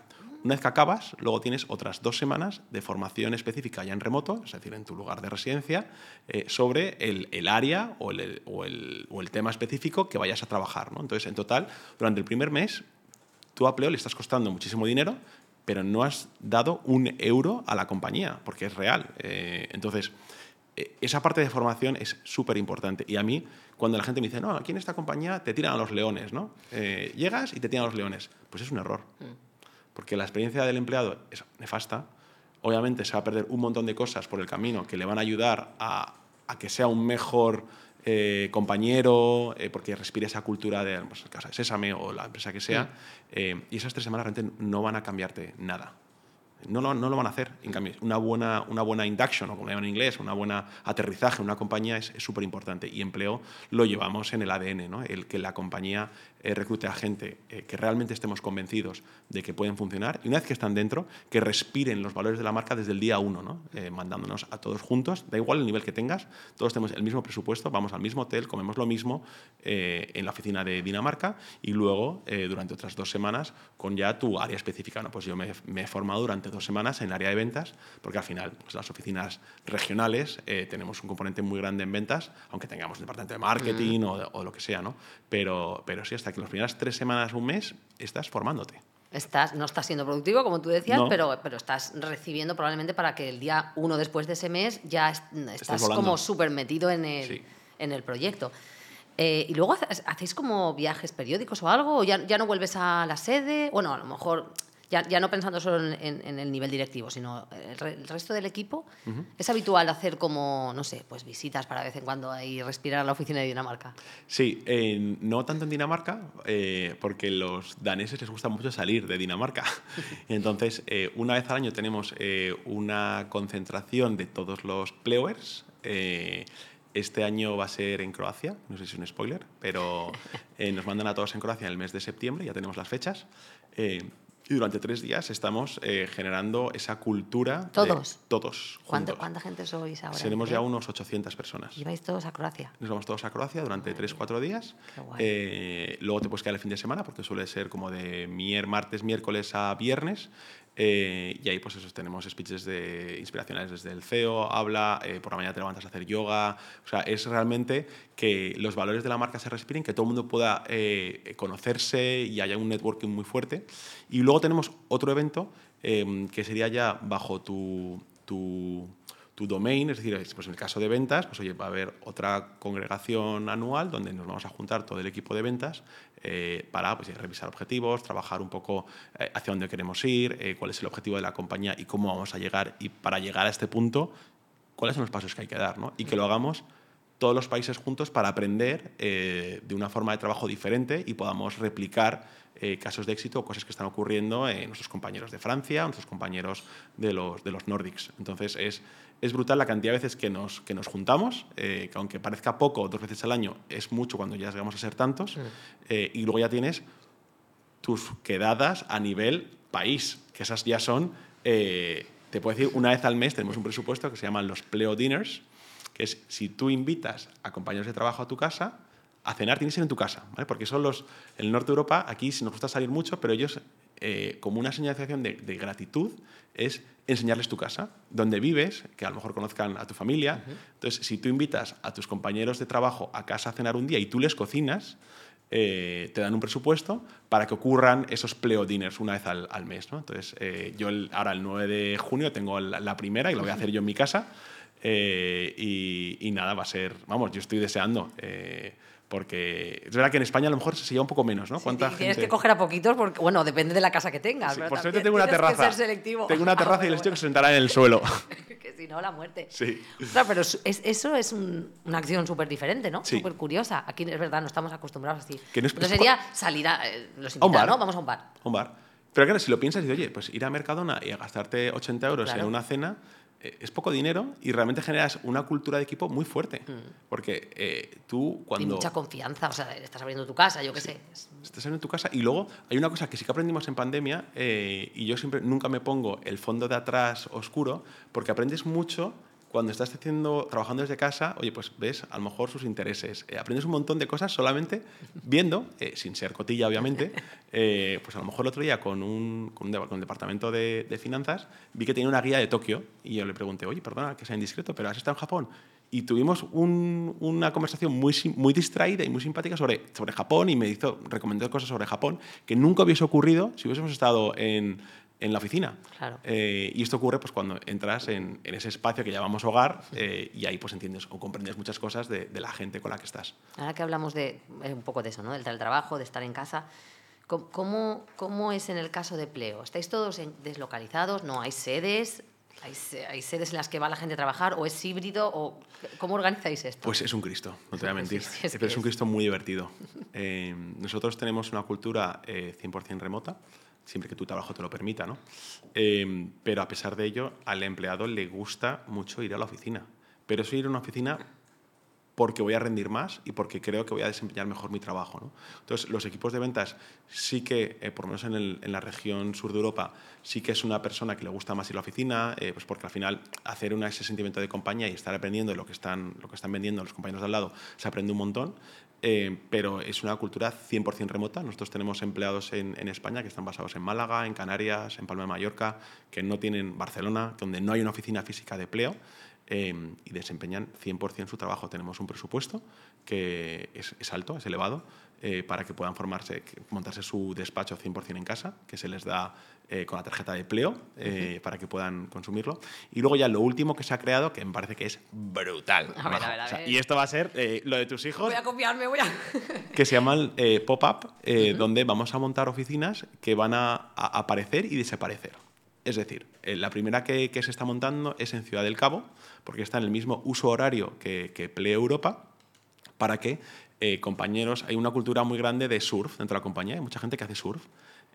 Una vez que acabas, luego tienes otras dos semanas de formación específica ya en remoto, es decir, en tu lugar de residencia, eh, sobre el, el área o el, o, el, o el tema específico que vayas a trabajar, ¿no? Entonces, en total, durante el primer mes, tú a Pleo le estás costando muchísimo dinero, pero no has dado un euro a la compañía, porque es real. Eh, entonces, eh, esa parte de formación es súper importante. Y a mí, cuando la gente me dice, no, aquí en esta compañía te tiran a los leones, ¿no? Eh, llegas y te tiran a los leones. Pues es un error. Mm. Porque la experiencia del empleado es nefasta. Obviamente se va a perder un montón de cosas por el camino que le van a ayudar a, a que sea un mejor eh, compañero, eh, porque respire esa cultura de pues, Casa de Sésame o la empresa que sea. Mm. Eh, y esas tres semanas realmente no van a cambiarte nada. No lo, no lo van a hacer. En cambio, una buena, una buena induction, o como llaman en inglés, una buena aterrizaje en una compañía es súper importante. Y empleo lo llevamos en el A D N, ¿no? El que la compañía eh, reclute a gente eh, que realmente estemos convencidos de que pueden funcionar. Y una vez que están dentro, que respiren los valores de la marca desde el día uno, ¿no? Eh, mandándonos a todos juntos. Da igual el nivel que tengas, todos tenemos el mismo presupuesto, vamos al mismo hotel, comemos lo mismo eh, en la oficina de Dinamarca y luego, eh, durante otras dos semanas, con ya tu área específica, ¿no? Pues yo me, me he formado durante dos semanas en el área de ventas, porque al final pues, las oficinas regionales eh, tenemos un componente muy grande en ventas, aunque tengamos un departamento de marketing mm. o, o lo que sea, ¿no? Pero, pero sí, hasta que las primeras tres semanas, un mes, estás formándote. Estás, no estás siendo productivo, como tú decías, no. pero, pero estás recibiendo probablemente para que el día uno después de ese mes ya est estás como súper metido en el, sí. en el proyecto. Eh, ¿Y luego hacéis como viajes periódicos o algo? ¿O ya, ya no vuelves a la sede? Bueno, a lo mejor... Ya, ya no pensando solo en, en, en el nivel directivo, sino el, re, el resto del equipo. Uh-huh. ¿Es habitual hacer como, no sé, pues visitas para vez en cuando y respirar a la oficina de Dinamarca? Sí, eh, no tanto en Dinamarca, eh, porque los daneses les gusta mucho salir de Dinamarca. Entonces, eh, una vez al año tenemos eh, una concentración de todos los Pleuers. Eh, Este año va a ser en Croacia, no sé si es un spoiler, pero eh, nos mandan a todos en Croacia en el mes de septiembre, ya tenemos las fechas. Eh, Y durante tres días estamos eh, generando esa cultura. ¿Todos? De, todos. ¿Cuánto, ¿Cuánta gente sois ahora? Seremos ya unos ochocientas personas. ¿Y vais todos a Croacia? Nos vamos todos a Croacia durante tres, cuatro días. Qué guay. Eh, luego te puedes quedar el fin de semana, porque suele ser como de mier, martes, miércoles a viernes. Eh, y ahí pues eso, tenemos speeches de inspiracionales desde el C E O, habla, eh, por la mañana te levantas a hacer yoga. O sea, es realmente que los valores de la marca se respiren, que todo el mundo pueda eh, conocerse y haya un networking muy fuerte. Y luego tenemos otro evento eh, que sería ya bajo tu, tu, tu domain, es decir, pues en el caso de ventas, pues oye, va a haber otra congregación anual donde nos vamos a juntar todo el equipo de ventas eh, para pues, revisar objetivos, trabajar un poco eh, hacia dónde queremos ir, eh, cuál es el objetivo de la compañía y cómo vamos a llegar. Y para llegar a este punto, cuáles son los pasos que hay que dar, ¿no? Y que lo hagamos todos los países juntos para aprender eh, de una forma de trabajo diferente y podamos replicar eh, casos de éxito o cosas que están ocurriendo en nuestros compañeros de Francia, nuestros compañeros de los, de los Nordics. Entonces, es, es brutal la cantidad de veces que nos, que nos juntamos, eh, que aunque parezca poco, dos veces al año, es mucho cuando ya llegamos a ser tantos, eh, y luego ya tienes tus quedadas a nivel país, que esas ya son, eh, te puedo decir, una vez al mes tenemos un presupuesto que se llaman los Pleo Dinners, que es si tú invitas a compañeros de trabajo a tu casa, a cenar tienes que ser en tu casa, ¿vale? Porque son los, en el norte de Europa, aquí nos gusta salir mucho, pero ellos, eh, como una señalización de, de gratitud, es enseñarles tu casa, donde vives, que a lo mejor conozcan a tu familia. Uh-huh. Entonces, si tú invitas a tus compañeros de trabajo a casa a cenar un día y tú les cocinas, eh, te dan un presupuesto para que ocurran esos Pleo Dinners una vez al, al mes, ¿no? Entonces, eh, yo el, ahora el nueve de junio tengo la, la primera y lo voy a hacer yo en mi casa. Eh, y, y nada, va a ser, vamos, yo estoy deseando, eh, porque es verdad que en España a lo mejor se lleva un poco menos, ¿no? Sí, ¿Cuánta tienes gente? que coger a poquitos, porque, bueno, depende de la casa que tengas. Sí, ¿verdad? por suerte tengo una terraza. Tienes que ser selectivo. Tengo una terraza ah, y les bueno. tengo que sentar en el suelo. Que si no, la muerte. Sí. O sea, pero es, eso es un, una acción súper diferente, ¿no? Sí. Súper curiosa. Aquí es verdad, no estamos acostumbrados así. Que no es, Entonces sería salir a... Eh, los a un bar, ¿no? Vamos a un bar. A un bar. Pero claro, si lo piensas, dices, oye, pues ir a Mercadona y a gastarte ochenta euros claro. en una cena... es poco dinero y realmente generas una cultura de equipo muy fuerte. Mm. Porque eh, tú cuando... Hay mucha confianza, o sea, estás abriendo tu casa, yo qué sí, sé. Estás abriendo tu casa y luego hay una cosa que sí que aprendimos en pandemia eh, y yo siempre nunca me pongo el fondo de atrás oscuro porque aprendes mucho cuando estás haciendo, trabajando desde casa, oye, pues ves a lo mejor sus intereses, eh, aprendes un montón de cosas solamente viendo, eh, sin ser cotilla, obviamente, eh, pues a lo mejor el otro día con un, con un, de, con el departamento de, de finanzas vi que tenía una guía de Tokio y yo le pregunté, oye, perdona que sea indiscreto, pero ¿has estado en Japón? Y tuvimos un, una conversación muy, muy distraída y muy simpática sobre, sobre Japón y me hizo, recomendó cosas sobre Japón que nunca hubiese ocurrido si hubiésemos estado en, en la oficina. Claro. Eh, y esto ocurre pues, cuando entras en, en ese espacio que llamamos hogar eh, y ahí pues entiendes o comprendes muchas cosas de, de la gente con la que estás. Ahora que hablamos de eh, un poco de eso, ¿no? Del teletrabajo, de estar en casa, ¿cómo, cómo es en el caso de Pleo? ¿Estáis todos en, deslocalizados? ¿No hay sedes? ¿Hay, ¿Hay sedes en las que va la gente a trabajar? ¿O es híbrido? ¿O cómo organizáis esto? Pues es un Cristo, no te voy a mentir. Sí, sí, es Pero es es. un Cristo muy divertido. Eh, nosotros tenemos una cultura eh, cien por ciento remota, siempre que tu trabajo te lo permita, ¿no? Eh, pero a pesar de ello, al empleado le gusta mucho ir a la oficina. Pero eso ir a una oficina porque voy a rendir más y porque creo que voy a desempeñar mejor mi trabajo, ¿no? Entonces, los equipos de ventas sí que, eh, por lo menos en, el, en la región sur de Europa, sí que es una persona que le gusta más ir a la oficina, eh, pues porque al final hacer una, ese sentimiento de compañía y estar aprendiendo lo que están, lo que están vendiendo los compañeros de al lado, se aprende un montón, eh, pero es una cultura cien por ciento remota. Nosotros tenemos empleados en, en España que están basados en Málaga, en Canarias, en Palma de Mallorca, que no tienen Barcelona, donde no hay una oficina física de empleo. Eh, y desempeñan cien por ciento su trabajo. Tenemos un presupuesto que es, es alto, es elevado, eh, para que puedan formarse, montarse su despacho cien por ciento en casa, que se les da eh, con la tarjeta de Pleo, eh, uh-huh. para que puedan consumirlo. Y luego ya lo último que se ha creado, que me parece que es brutal. A ver, a ver, a ver. O sea, y esto va a ser eh, lo de tus hijos. Voy a copiarme, voy a... que se llaman eh, pop-up, eh, uh-huh. donde vamos a montar oficinas que van a, a aparecer y desaparecer. Es decir, eh, la primera que, que se está montando es en Ciudad del Cabo, porque está en el mismo uso horario que, que Pleo Europa, para que eh, compañeros... Hay una cultura muy grande de surf dentro de la compañía, hay mucha gente que hace surf,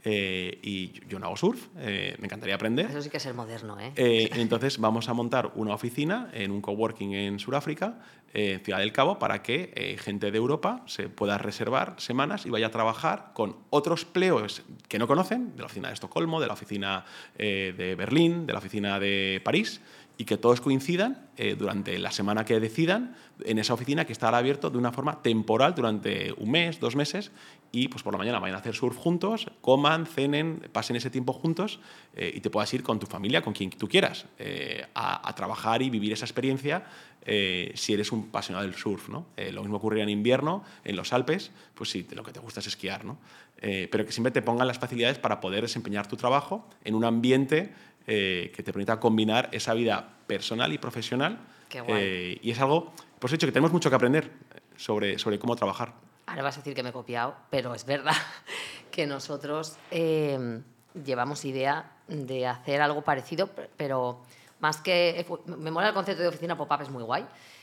eh, y yo no hago surf, eh, me encantaría aprender. Eso sí que es el moderno, ¿eh? eh entonces vamos a montar una oficina en un coworking en Sudáfrica, eh, en Ciudad del Cabo, para que eh, gente de Europa se pueda reservar semanas y vaya a trabajar con otros pleos que no conocen, de la oficina de Estocolmo, de la oficina eh, de Berlín, de la oficina de París, y que todos coincidan eh, durante la semana que decidan en esa oficina que estará abierto de una forma temporal durante un mes, dos meses, y pues por la mañana vayan a hacer surf juntos, coman, cenen, pasen ese tiempo juntos, eh, y te puedas ir con tu familia, con quien tú quieras, eh, a, a trabajar y vivir esa experiencia eh, si eres un apasionado del surf, ¿no? Eh, lo mismo ocurriría en invierno, en los Alpes, pues sí, lo que te gusta es esquiar, ¿no? Eh, pero que siempre te pongan las facilidades para poder desempeñar tu trabajo en un ambiente Eh, que te permita combinar esa vida personal y profesional. Qué guay. Eh, y es algo, pues hecho, que tenemos mucho que aprender sobre, sobre cómo trabajar. Ahora vas a decir que me he copiado, pero es verdad que nosotros eh, llevamos idea de hacer algo parecido, pero más que... Me mola el concepto de oficina pop-up, es muy guay,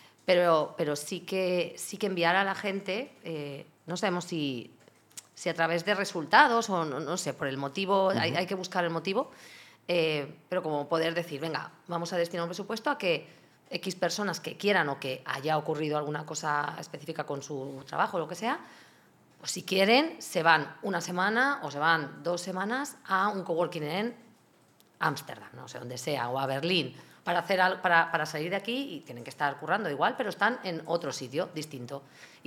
pero, pero sí, que, sí que enviar a la gente, eh, no sabemos si, si a través de resultados o no, no sé, por el motivo, uh-huh. hay, hay que buscar el motivo. Eh, pero como poder decir, venga, vamos a destinar un presupuesto a que X personas que quieran o que haya ocurrido alguna cosa específica con su trabajo o lo que sea, pues si quieren, se van una semana o se van dos semanas a un coworking en Ámsterdam, no sé, donde sea, o a Berlín, para, hacer algo, para, para salir de aquí, y tienen que estar currando igual, pero están en otro sitio distinto.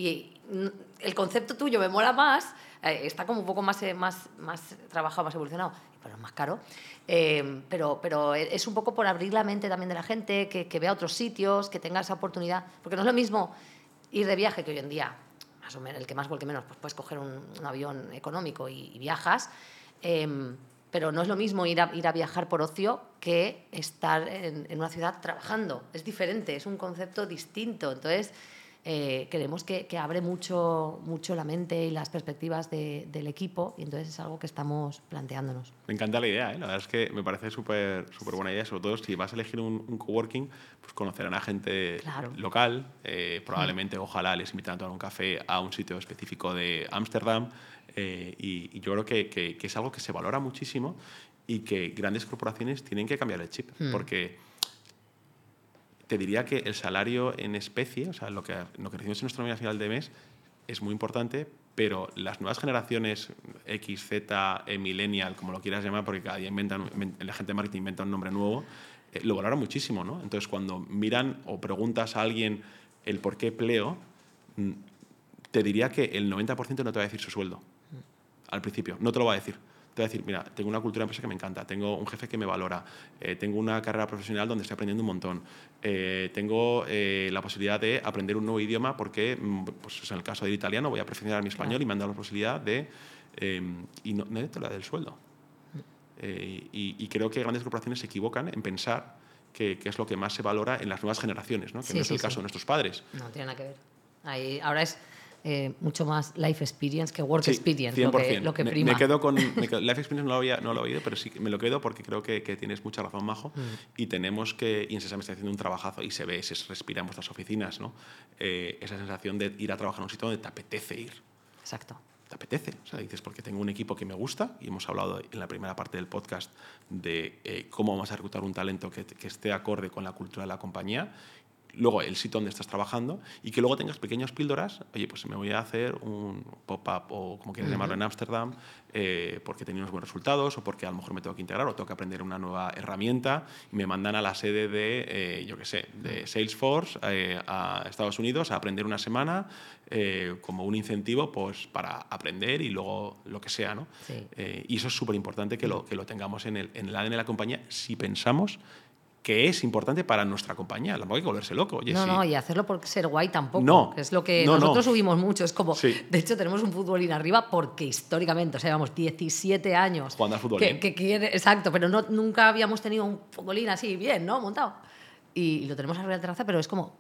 Y el concepto tuyo me mola más, eh, está como un poco más, más, más trabajado, más evolucionado, pero es más caro. Eh, pero, pero es un poco por abrir la mente también de la gente, que, que vea otros sitios, que tenga esa oportunidad. Porque no es lo mismo ir de viaje, que hoy en día, más o menos, el que más o el que menos, pues puedes coger un, un avión económico y, y viajas. Eh, pero no es lo mismo ir a, ir a viajar por ocio que estar en, en una ciudad trabajando. Es diferente, es un concepto distinto. Entonces, eh, creemos que, que abre mucho, mucho la mente y las perspectivas de, del equipo, y entonces es algo que estamos planteándonos. Me encanta la idea, ¿eh? La verdad es que me parece súper súper buena idea, sobre todo si vas a elegir un, un coworking, pues conocerán a gente claro. local, eh, probablemente, mm. ojalá les invitan a tomar un café a un sitio específico de Ámsterdam, eh, y, y yo creo que, que, que es algo que se valora muchísimo y que grandes corporaciones tienen que cambiar el chip, mm. porque te diría que el salario en especie, o sea, lo que, lo que recibimos en nuestra nómina final de mes, es muy importante, pero las nuevas generaciones X, Z, E, Millennial, como lo quieras llamar, porque cada día inventan, la gente de marketing inventa un nombre nuevo, eh, lo valoran muchísimo, ¿no? Entonces, cuando miran o preguntas a alguien el por qué Pleo, te diría que el noventa por ciento no te va a decir su sueldo al principio, no te lo va a decir. Te va a decir, mira, tengo una cultura de empresa que me encanta, tengo un jefe que me valora, eh, tengo una carrera profesional donde estoy aprendiendo un montón, eh, tengo eh, la posibilidad de aprender un nuevo idioma porque, pues, en el caso del italiano, voy a perfeccionar mi español, claro, y me han dado la posibilidad de... Eh, y no, nadie te lo da del sueldo. Eh, y, y creo que grandes corporaciones se equivocan en pensar que, que es lo que más se valora en las nuevas generaciones, ¿no? Que sí, no es sí, el caso sí. de nuestros padres. No tiene nada que ver. Ahí, ahora es eh, mucho más life experience que work sí, experience, cien por lo cien. que, lo que me, prima. me quedo con... Me quedo, life experience no lo, había, no lo he oído, pero sí me lo quedo porque creo que, que tienes mucha razón, Majo, mm. y tenemos que... Y en Sesame está haciendo un trabajazo y se ve, se respira en vuestras oficinas, ¿no? Eh, esa sensación de ir a trabajar a un sitio donde te apetece ir. Exacto. Te apetece, o sea, dices, porque tengo un equipo que me gusta y hemos hablado en la primera parte del podcast de eh, cómo vamos a reclutar un talento que, que esté acorde con la cultura de la compañía, luego el sitio donde estás trabajando y que luego tengas pequeñas píldoras, oye, pues me voy a hacer un pop-up o como quieras uh-huh. llamarlo en Ámsterdam eh, porque he tenido unos buenos resultados o porque a lo mejor me tengo que integrar o tengo que aprender una nueva herramienta y me mandan a la sede de, eh, yo qué sé, de Salesforce eh, a Estados Unidos a aprender una semana eh, como un incentivo pues para aprender y luego lo que sea, ¿no? Sí. Eh, y eso es súper importante que lo, que lo tengamos en el, en el A D N de la compañía si pensamos que es importante para nuestra compañía. Tampoco hay que volverse loco. Oye, no, sí. no, y hacerlo por ser guay tampoco, no, que es lo que no, nosotros no. subimos mucho. Es como, sí. de hecho, tenemos un futbolín arriba porque históricamente, o sea, llevamos diecisiete años. Jugando al futbolín. Que, que quiere, exacto, pero no, nunca habíamos tenido un futbolín así bien, ¿no? Montado. Y, y lo tenemos arriba de la terraza, pero es como...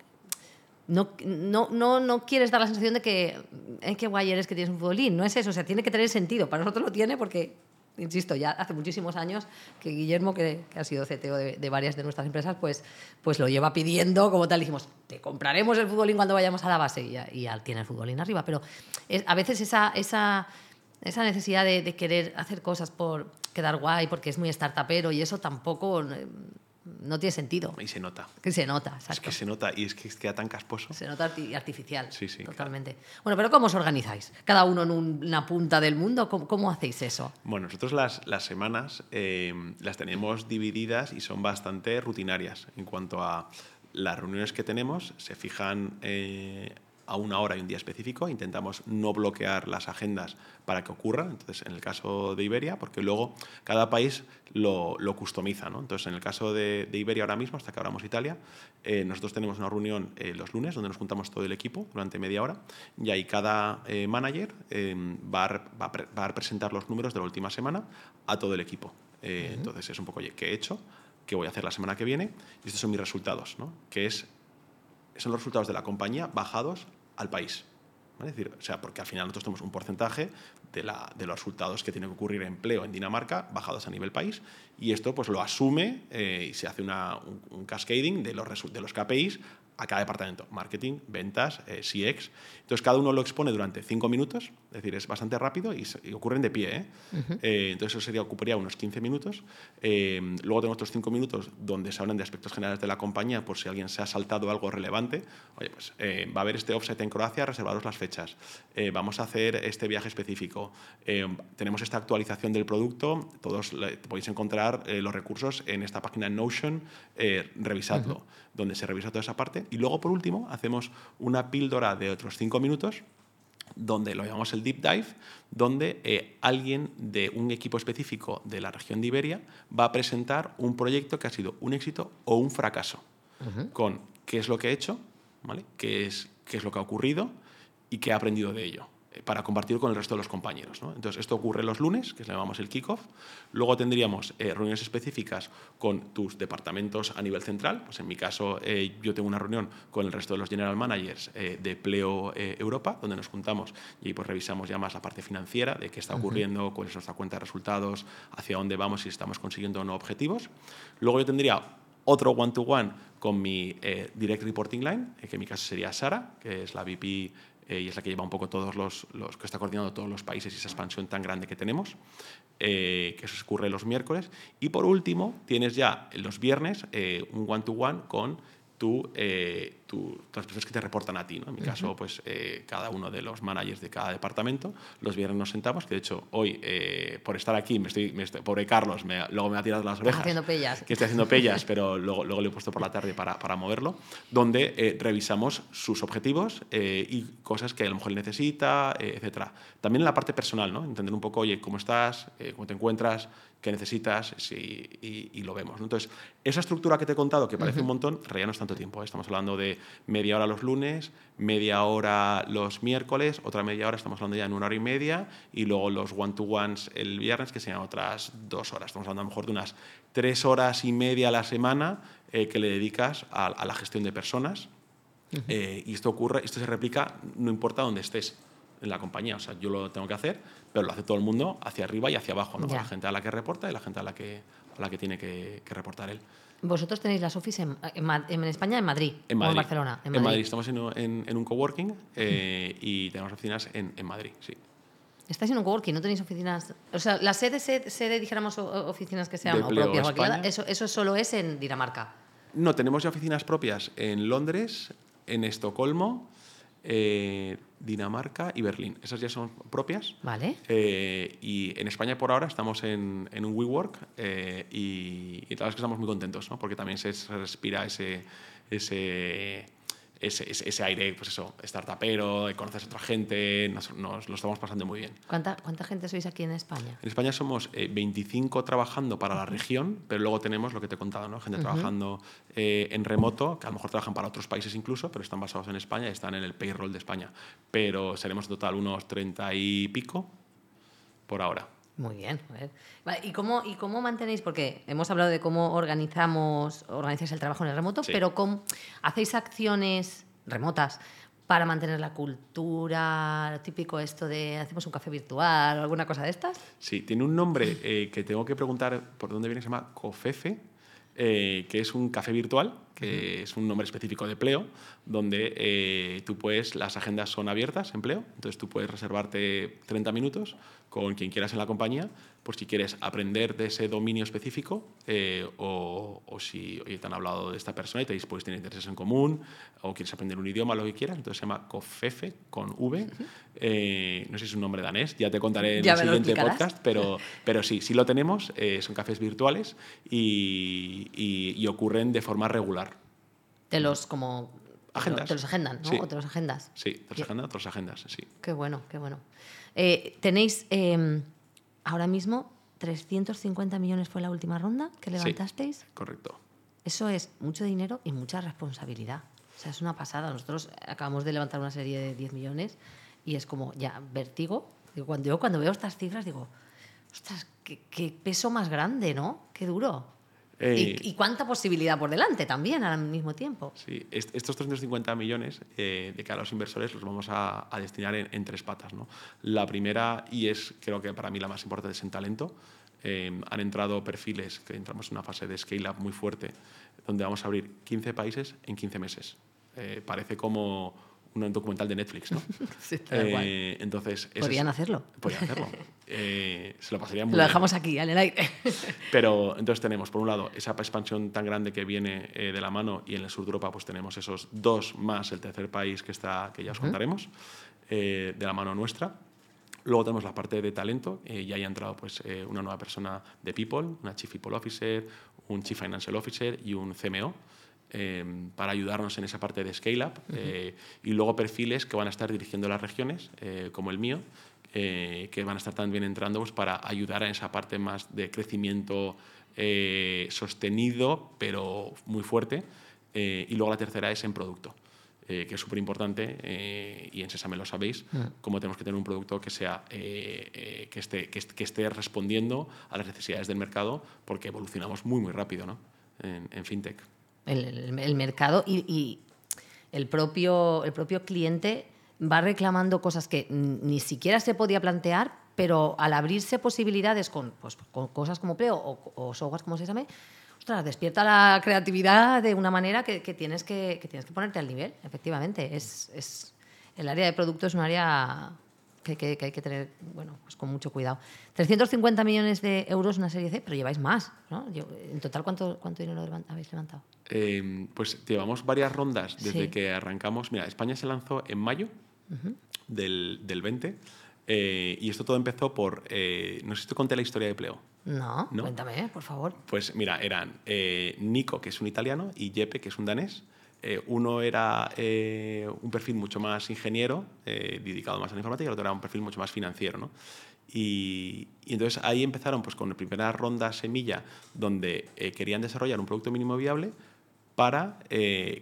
No, no, no, no quieres dar la sensación de que eh, qué guay eres que tienes un futbolín. No es eso, o sea, tiene que tener sentido. Para nosotros lo tiene porque... Insisto, ya hace muchísimos años que Guillermo, que, que ha sido C T O de, de varias de nuestras empresas, pues, pues lo lleva pidiendo como tal. Dijimos, te compraremos el futbolín cuando vayamos a la base y ya, y ya tiene el futbolín arriba. Pero es, a veces esa, esa, esa necesidad de, de querer hacer cosas por quedar guay, porque es muy startupero y eso tampoco... Eh, no tiene sentido. Y se nota. Que se nota, exacto. Es que se nota y es que queda tan casposo. Se nota arti- artificial. Sí, sí. Totalmente. Claro. Bueno, pero ¿cómo os organizáis? ¿Cada uno en un, una punta del mundo? ¿Cómo, cómo hacéis eso? Bueno, nosotros las, las semanas eh, las tenemos divididas y son bastante rutinarias. En cuanto a las reuniones que tenemos, se fijan... Eh, a una hora y un día específico, intentamos no bloquear las agendas para que ocurra, entonces en el caso de Iberia, porque luego cada país lo, lo customiza, ¿no? Entonces en el caso de, de Iberia ahora mismo, hasta que abramos Italia, eh, nosotros tenemos una reunión eh, los lunes donde nos juntamos todo el equipo durante media hora y ahí cada eh, manager eh, va, a, va, a va a representar los números de la última semana a todo el equipo. Eh, uh-huh. Entonces es un poco, oye, ¿qué he hecho? ¿Qué voy a hacer la semana que viene? Y estos son mis resultados, ¿no? Que es son los resultados de la compañía bajados al país. ¿Vale? Es decir, o sea, porque al final nosotros tenemos un porcentaje de, la, de los resultados que tiene que ocurrir en empleo en Dinamarca bajados a nivel país y esto pues lo asume eh, y se hace una, un, un cascading de los, de los K P Is a cada departamento, marketing, ventas, eh, C X. Entonces cada uno lo expone durante cinco minutos, es decir, es bastante rápido y, y ocurren de pie. ¿eh? Uh-huh. Eh, entonces eso sería, ocuparía unos quince minutos. Eh, luego tenemos otros cinco minutos donde se hablan de aspectos generales de la compañía por si alguien se ha saltado algo relevante. Oye, pues eh, va a haber este offsite en Croacia, reservaros las fechas. Eh, vamos a hacer este viaje específico. Eh, tenemos esta actualización del producto. Todos le, podéis encontrar eh, los recursos en esta página Notion. Eh, revisadlo, uh-huh. donde se revisa toda esa parte. Y luego, por último, hacemos una píldora de otros cinco minutos donde lo llamamos el deep dive, donde eh, alguien de un equipo específico de la región de Iberia va a presentar un proyecto que ha sido un éxito o un fracaso, uh-huh. con qué es lo que he hecho, ¿vale? qué, es, qué es lo que ha ocurrido y qué he aprendido de ello, eh, para compartirlo con el resto de los compañeros, ¿no? Entonces, esto ocurre los lunes, que le llamamos el kickoff. Luego tendríamos eh, reuniones específicas con tus departamentos a nivel central. Pues en mi caso, eh, yo tengo una reunión con el resto de los general managers eh, de Pleo eh, Europa, donde nos juntamos y pues revisamos ya más la parte financiera de qué está ocurriendo, uh-huh. cuál es nuestra cuenta de resultados, hacia dónde vamos, si estamos consiguiendo o no objetivos. Luego yo tendría otro one-to-one con mi eh, direct reporting line, eh, que en mi caso sería Sara, que es la V P eh, y es la que lleva un poco todos los, los que está coordinando todos los países y esa expansión tan grande que tenemos, eh, que eso ocurre los miércoles. Y por último, tienes ya los viernes eh, un one-to-one con tu eh, tu, las personas que te reportan a ti, ¿no? En mi uh-huh. caso, pues eh, cada uno de los managers de cada departamento, los viernes nos sentamos, que de hecho hoy, eh, por estar aquí, me estoy, me estoy, pobre Carlos, me, luego me ha tirado las orejas. Haciendo pellas. Que estoy haciendo pellas, pero luego, luego le he puesto por la tarde para, para moverlo, donde eh, revisamos sus objetivos eh, y cosas que a lo mejor necesita, eh, etcétera. También en la parte personal, ¿no? Entender un poco, oye, cómo estás, eh, cómo te encuentras, qué necesitas, sí, y, y lo vemos, ¿no? Entonces, esa estructura que te he contado, que parece uh-huh. un montón, en realidad no es tanto tiempo, ¿eh? Estamos hablando de media hora los lunes, media hora los miércoles, otra media hora, estamos hablando ya en una hora y media, y luego los one-to-ones el viernes, que serían otras dos horas. Estamos hablando a lo mejor de unas tres horas y media a la semana eh, que le dedicas a, a la gestión de personas. Uh-huh. eh, y esto ocurre, esto se replica no importa dónde estés en la compañía. O sea, yo lo tengo que hacer, pero lo hace todo el mundo hacia arriba y hacia abajo, ¿no? La gente a la que reporta y la gente a la que, a la que tiene que, que reportar él. ¿Vosotros tenéis las offices en, en, en España, en Madrid? En Madrid. ¿O en Barcelona? En Madrid. En Madrid. Estamos en, en, en un coworking eh, y tenemos oficinas en, en Madrid, sí. ¿Estáis en un coworking? ¿No tenéis oficinas? O sea, la sede, sede, sede dijéramos, oficinas que sean o propias o alquiladas, eso, eso solo es en Dinamarca. No, tenemos ya oficinas propias en Londres, en Estocolmo, eh, Dinamarca y Berlín. Esas ya son propias. Vale. Eh, y en España por ahora estamos en, en un WeWork eh, y, y la verdad es que estamos muy contentos, ¿no? Porque también se, se respira ese... ese Ese, ese, ese aire, pues eso, startupero, conoces a otra gente, nos, nos lo estamos pasando muy bien. ¿Cuánta, ¿Cuánta gente sois aquí en España? En España somos eh, veinticinco trabajando para uh-huh. la región, pero luego tenemos lo que te he contado, ¿no? Gente uh-huh. trabajando eh, en remoto, que a lo mejor trabajan para otros países incluso, pero están basados en España y están en el payroll de España. Pero seremos en total unos treinta y pico por ahora. Muy bien. ¿Y cómo, ¿Y cómo mantenéis? Porque hemos hablado de cómo organizamos, organizáis el trabajo en el remoto, sí. pero ¿cómo hacéis acciones remotas para mantener la cultura? Lo típico esto de hacemos un café virtual o alguna cosa de estas. Sí, tiene un nombre eh, que tengo que preguntar por dónde viene, se llama Cofefe, eh, que es un café virtual, que uh-huh. es un nombre específico de Pleo, donde eh, tú puedes, las agendas son abiertas en Pleo, entonces tú puedes reservarte treinta minutos con quien quieras en la compañía, por si quieres aprender de ese dominio específico eh, o, o si oye, te han hablado de esta persona y te puedes tener intereses en común o quieres aprender un idioma, lo que quieras. Entonces se llama Cofefe, con V. Uh-huh. Eh, no sé si es un nombre danés, ya te contaré en ya el siguiente podcast, pero, pero sí, sí lo tenemos. Eh, son cafés virtuales y, y, y ocurren de forma regular. De los como... Agendas. Te los agendan, ¿no? Sí. O te los agendas. Sí, te los agendan, otras agendas, sí. Qué bueno, qué bueno. Eh, tenéis eh, ahora mismo trescientos cincuenta millones fue la última ronda que levantasteis. Sí, correcto. Eso es mucho dinero y mucha responsabilidad. O sea, es una pasada. Nosotros acabamos de levantar una serie de diez millones y es como ya vértigo. Digo, cuando yo cuando veo estas cifras digo, ostras, qué, qué peso más grande, ¿no? Qué duro. Eh, y, y cuánta posibilidad por delante también al mismo tiempo. Sí, est- estos trescientos cincuenta millones eh, de cara a los inversores los vamos a, a destinar en, en tres patas, ¿no? La primera, y es creo que para mí la más importante, es en talento. Eh, han entrado perfiles, que entramos en una fase de scale-up muy fuerte, donde vamos a abrir quince países en quince meses. Eh, parece como un documental de Netflix, ¿no? Sí, tal cual. Eh, entonces, podrían es, hacerlo. Podrían hacerlo. Eh, se lo pasarían muy Lo bien. dejamos aquí, en el aire. Pero entonces tenemos, por un lado, esa expansión tan grande que viene eh, de la mano, y en el sur de Europa pues tenemos esos dos más el tercer país que, está, que ya os uh-huh. contaremos, eh, de la mano nuestra. Luego tenemos la parte de talento, eh, y ahí ha entrado pues, eh, una nueva persona de People, una Chief People Officer, un Chief Financial Officer y un C M O. Eh, para ayudarnos en esa parte de scale-up, uh-huh. eh, y luego perfiles que van a estar dirigiendo las regiones, eh, como el mío, eh, que van a estar también entrando pues, para ayudar a esa parte más de crecimiento eh, sostenido, pero muy fuerte. Eh, y luego la tercera es en producto, eh, que es súper importante, eh, y en Sesame lo sabéis, uh-huh. cómo tenemos que tener un producto que, sea, eh, eh, que, esté, que, que esté respondiendo a las necesidades del mercado, porque evolucionamos muy, muy rápido, ¿no? en, en FinTech. El, el, el mercado y, y el, propio, el propio cliente va reclamando cosas que ni siquiera se podía plantear, pero al abrirse posibilidades con, pues, con cosas como Pleo o, o software como Sesame, ostras, despierta la creatividad de una manera que, que, tienes, que, que tienes que ponerte al nivel, efectivamente. Es, es, el área de producto es un área que, que, que hay que tener, bueno, pues con mucho cuidado. trescientos cincuenta millones de euros una serie C, pero lleváis más, ¿no? Yo, en total, ¿cuánto, cuánto dinero habéis levantado? Eh, pues llevamos varias rondas desde Sí. que arrancamos. Mira, España se lanzó en mayo uh-huh. del, del veinte eh, y esto todo empezó por... Eh, no sé si te conté la historia de Pleo. No, ¿no? Cuéntame, por favor. Pues mira, eran eh, Nico, que es un italiano, y Jeppe, que es un danés. Eh, uno era eh, un perfil mucho más ingeniero, eh, dedicado más a la informática, y el otro era un perfil mucho más financiero, ¿no? Y, y entonces ahí empezaron pues, con la primera ronda semilla, donde eh, querían desarrollar un producto mínimo viable para eh,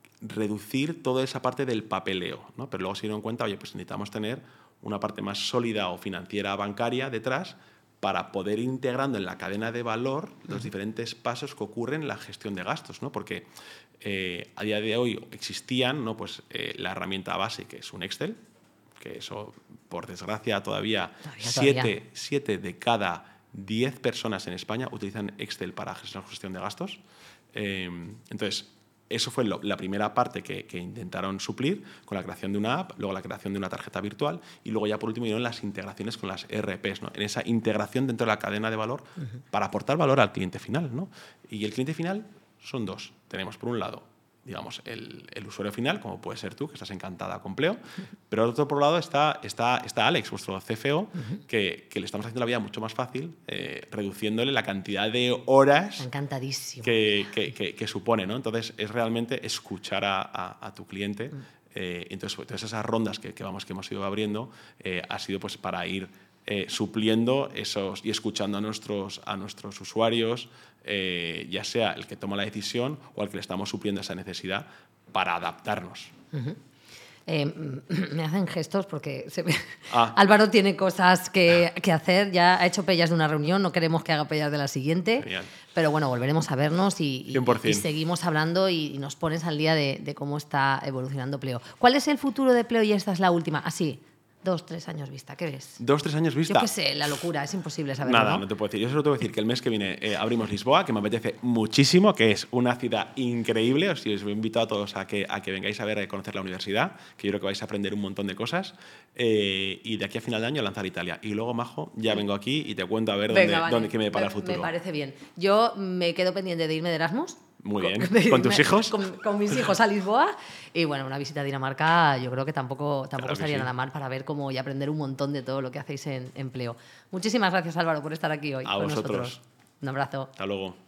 reducir toda esa parte del papeleo, ¿no? Pero luego se dieron cuenta, oye, pues necesitamos tener una parte más sólida o financiera bancaria detrás para poder ir integrando en la cadena de valor los diferentes pasos que ocurren en la gestión de gastos, ¿no? Porque eh, a día de hoy existían, ¿no? Pues, eh, la herramienta base, que es un Excel, que eso, por desgracia, todavía, todavía, siete, todavía. siete de cada diez personas en España utilizan Excel para gestionar gestión de gastos. Eh, entonces, eso fue lo, la primera parte que, que intentaron suplir con la creación de una app, luego la creación de una tarjeta virtual y luego ya por último dieron las integraciones con las E R Ps, ¿no? En esa integración dentro de la cadena de valor uh-huh. para aportar valor al cliente final, ¿no? Y el cliente final son dos. Tenemos por un lado, digamos, el, el usuario final, como puede ser tú, que estás encantada con Pleo, pero al otro por un lado está, está, está Alex, vuestro C F O, uh-huh. que, que le estamos haciendo la vida mucho más fácil, eh, reduciéndole la cantidad de horas Encantadísimo. Que, que, que, que supone, ¿no? Entonces, es realmente escuchar a, a, a tu cliente. Uh-huh. eh, entonces, pues, todas esas rondas que, que, vamos, que hemos ido abriendo eh, ha sido pues, para ir eh, supliendo esos y escuchando a nuestros, a nuestros usuarios, Eh, ya sea el que toma la decisión o al que le estamos supliendo esa necesidad para adaptarnos. Uh-huh. Eh, me hacen gestos porque se ve... ah. Álvaro tiene cosas que, que hacer, ya ha hecho pellas de una reunión, no queremos que haga pellas de la siguiente. Genial. Pero bueno, volveremos a vernos y, y, y seguimos hablando y, y nos pones al día de, de cómo está evolucionando Pleo. ¿Cuál es el futuro de Pleo? Y esta es la última. Así. Ah, Dos, tres años vista, ¿qué ves? Dos, tres años vista. Yo qué sé, la locura, es imposible saberlo. Nada, ¿no? no te puedo decir. Yo solo te voy a decir que el mes que viene eh, abrimos Lisboa, que me apetece muchísimo, que es una ciudad increíble. Os, os invito a todos a que, a que vengáis a ver, a conocer la universidad, que yo creo que vais a aprender un montón de cosas. Eh, y de aquí a final de año lanzar Italia. Y luego, Majo, ya vengo aquí y te cuento a ver Venga, dónde, vale. dónde, qué me depara el futuro. Me parece bien. Yo me quedo pendiente de irme de Erasmus. Muy bien. ¿Con, ¿Con tus hijos? Con, con mis hijos a Lisboa. Y bueno, una visita a Dinamarca yo creo que tampoco, tampoco claro estaría sí. nada mal para ver cómo y aprender un montón de todo lo que hacéis en, en Pleo. Muchísimas gracias, Álvaro, por estar aquí hoy a con vosotros. nosotros. Un abrazo. Hasta luego.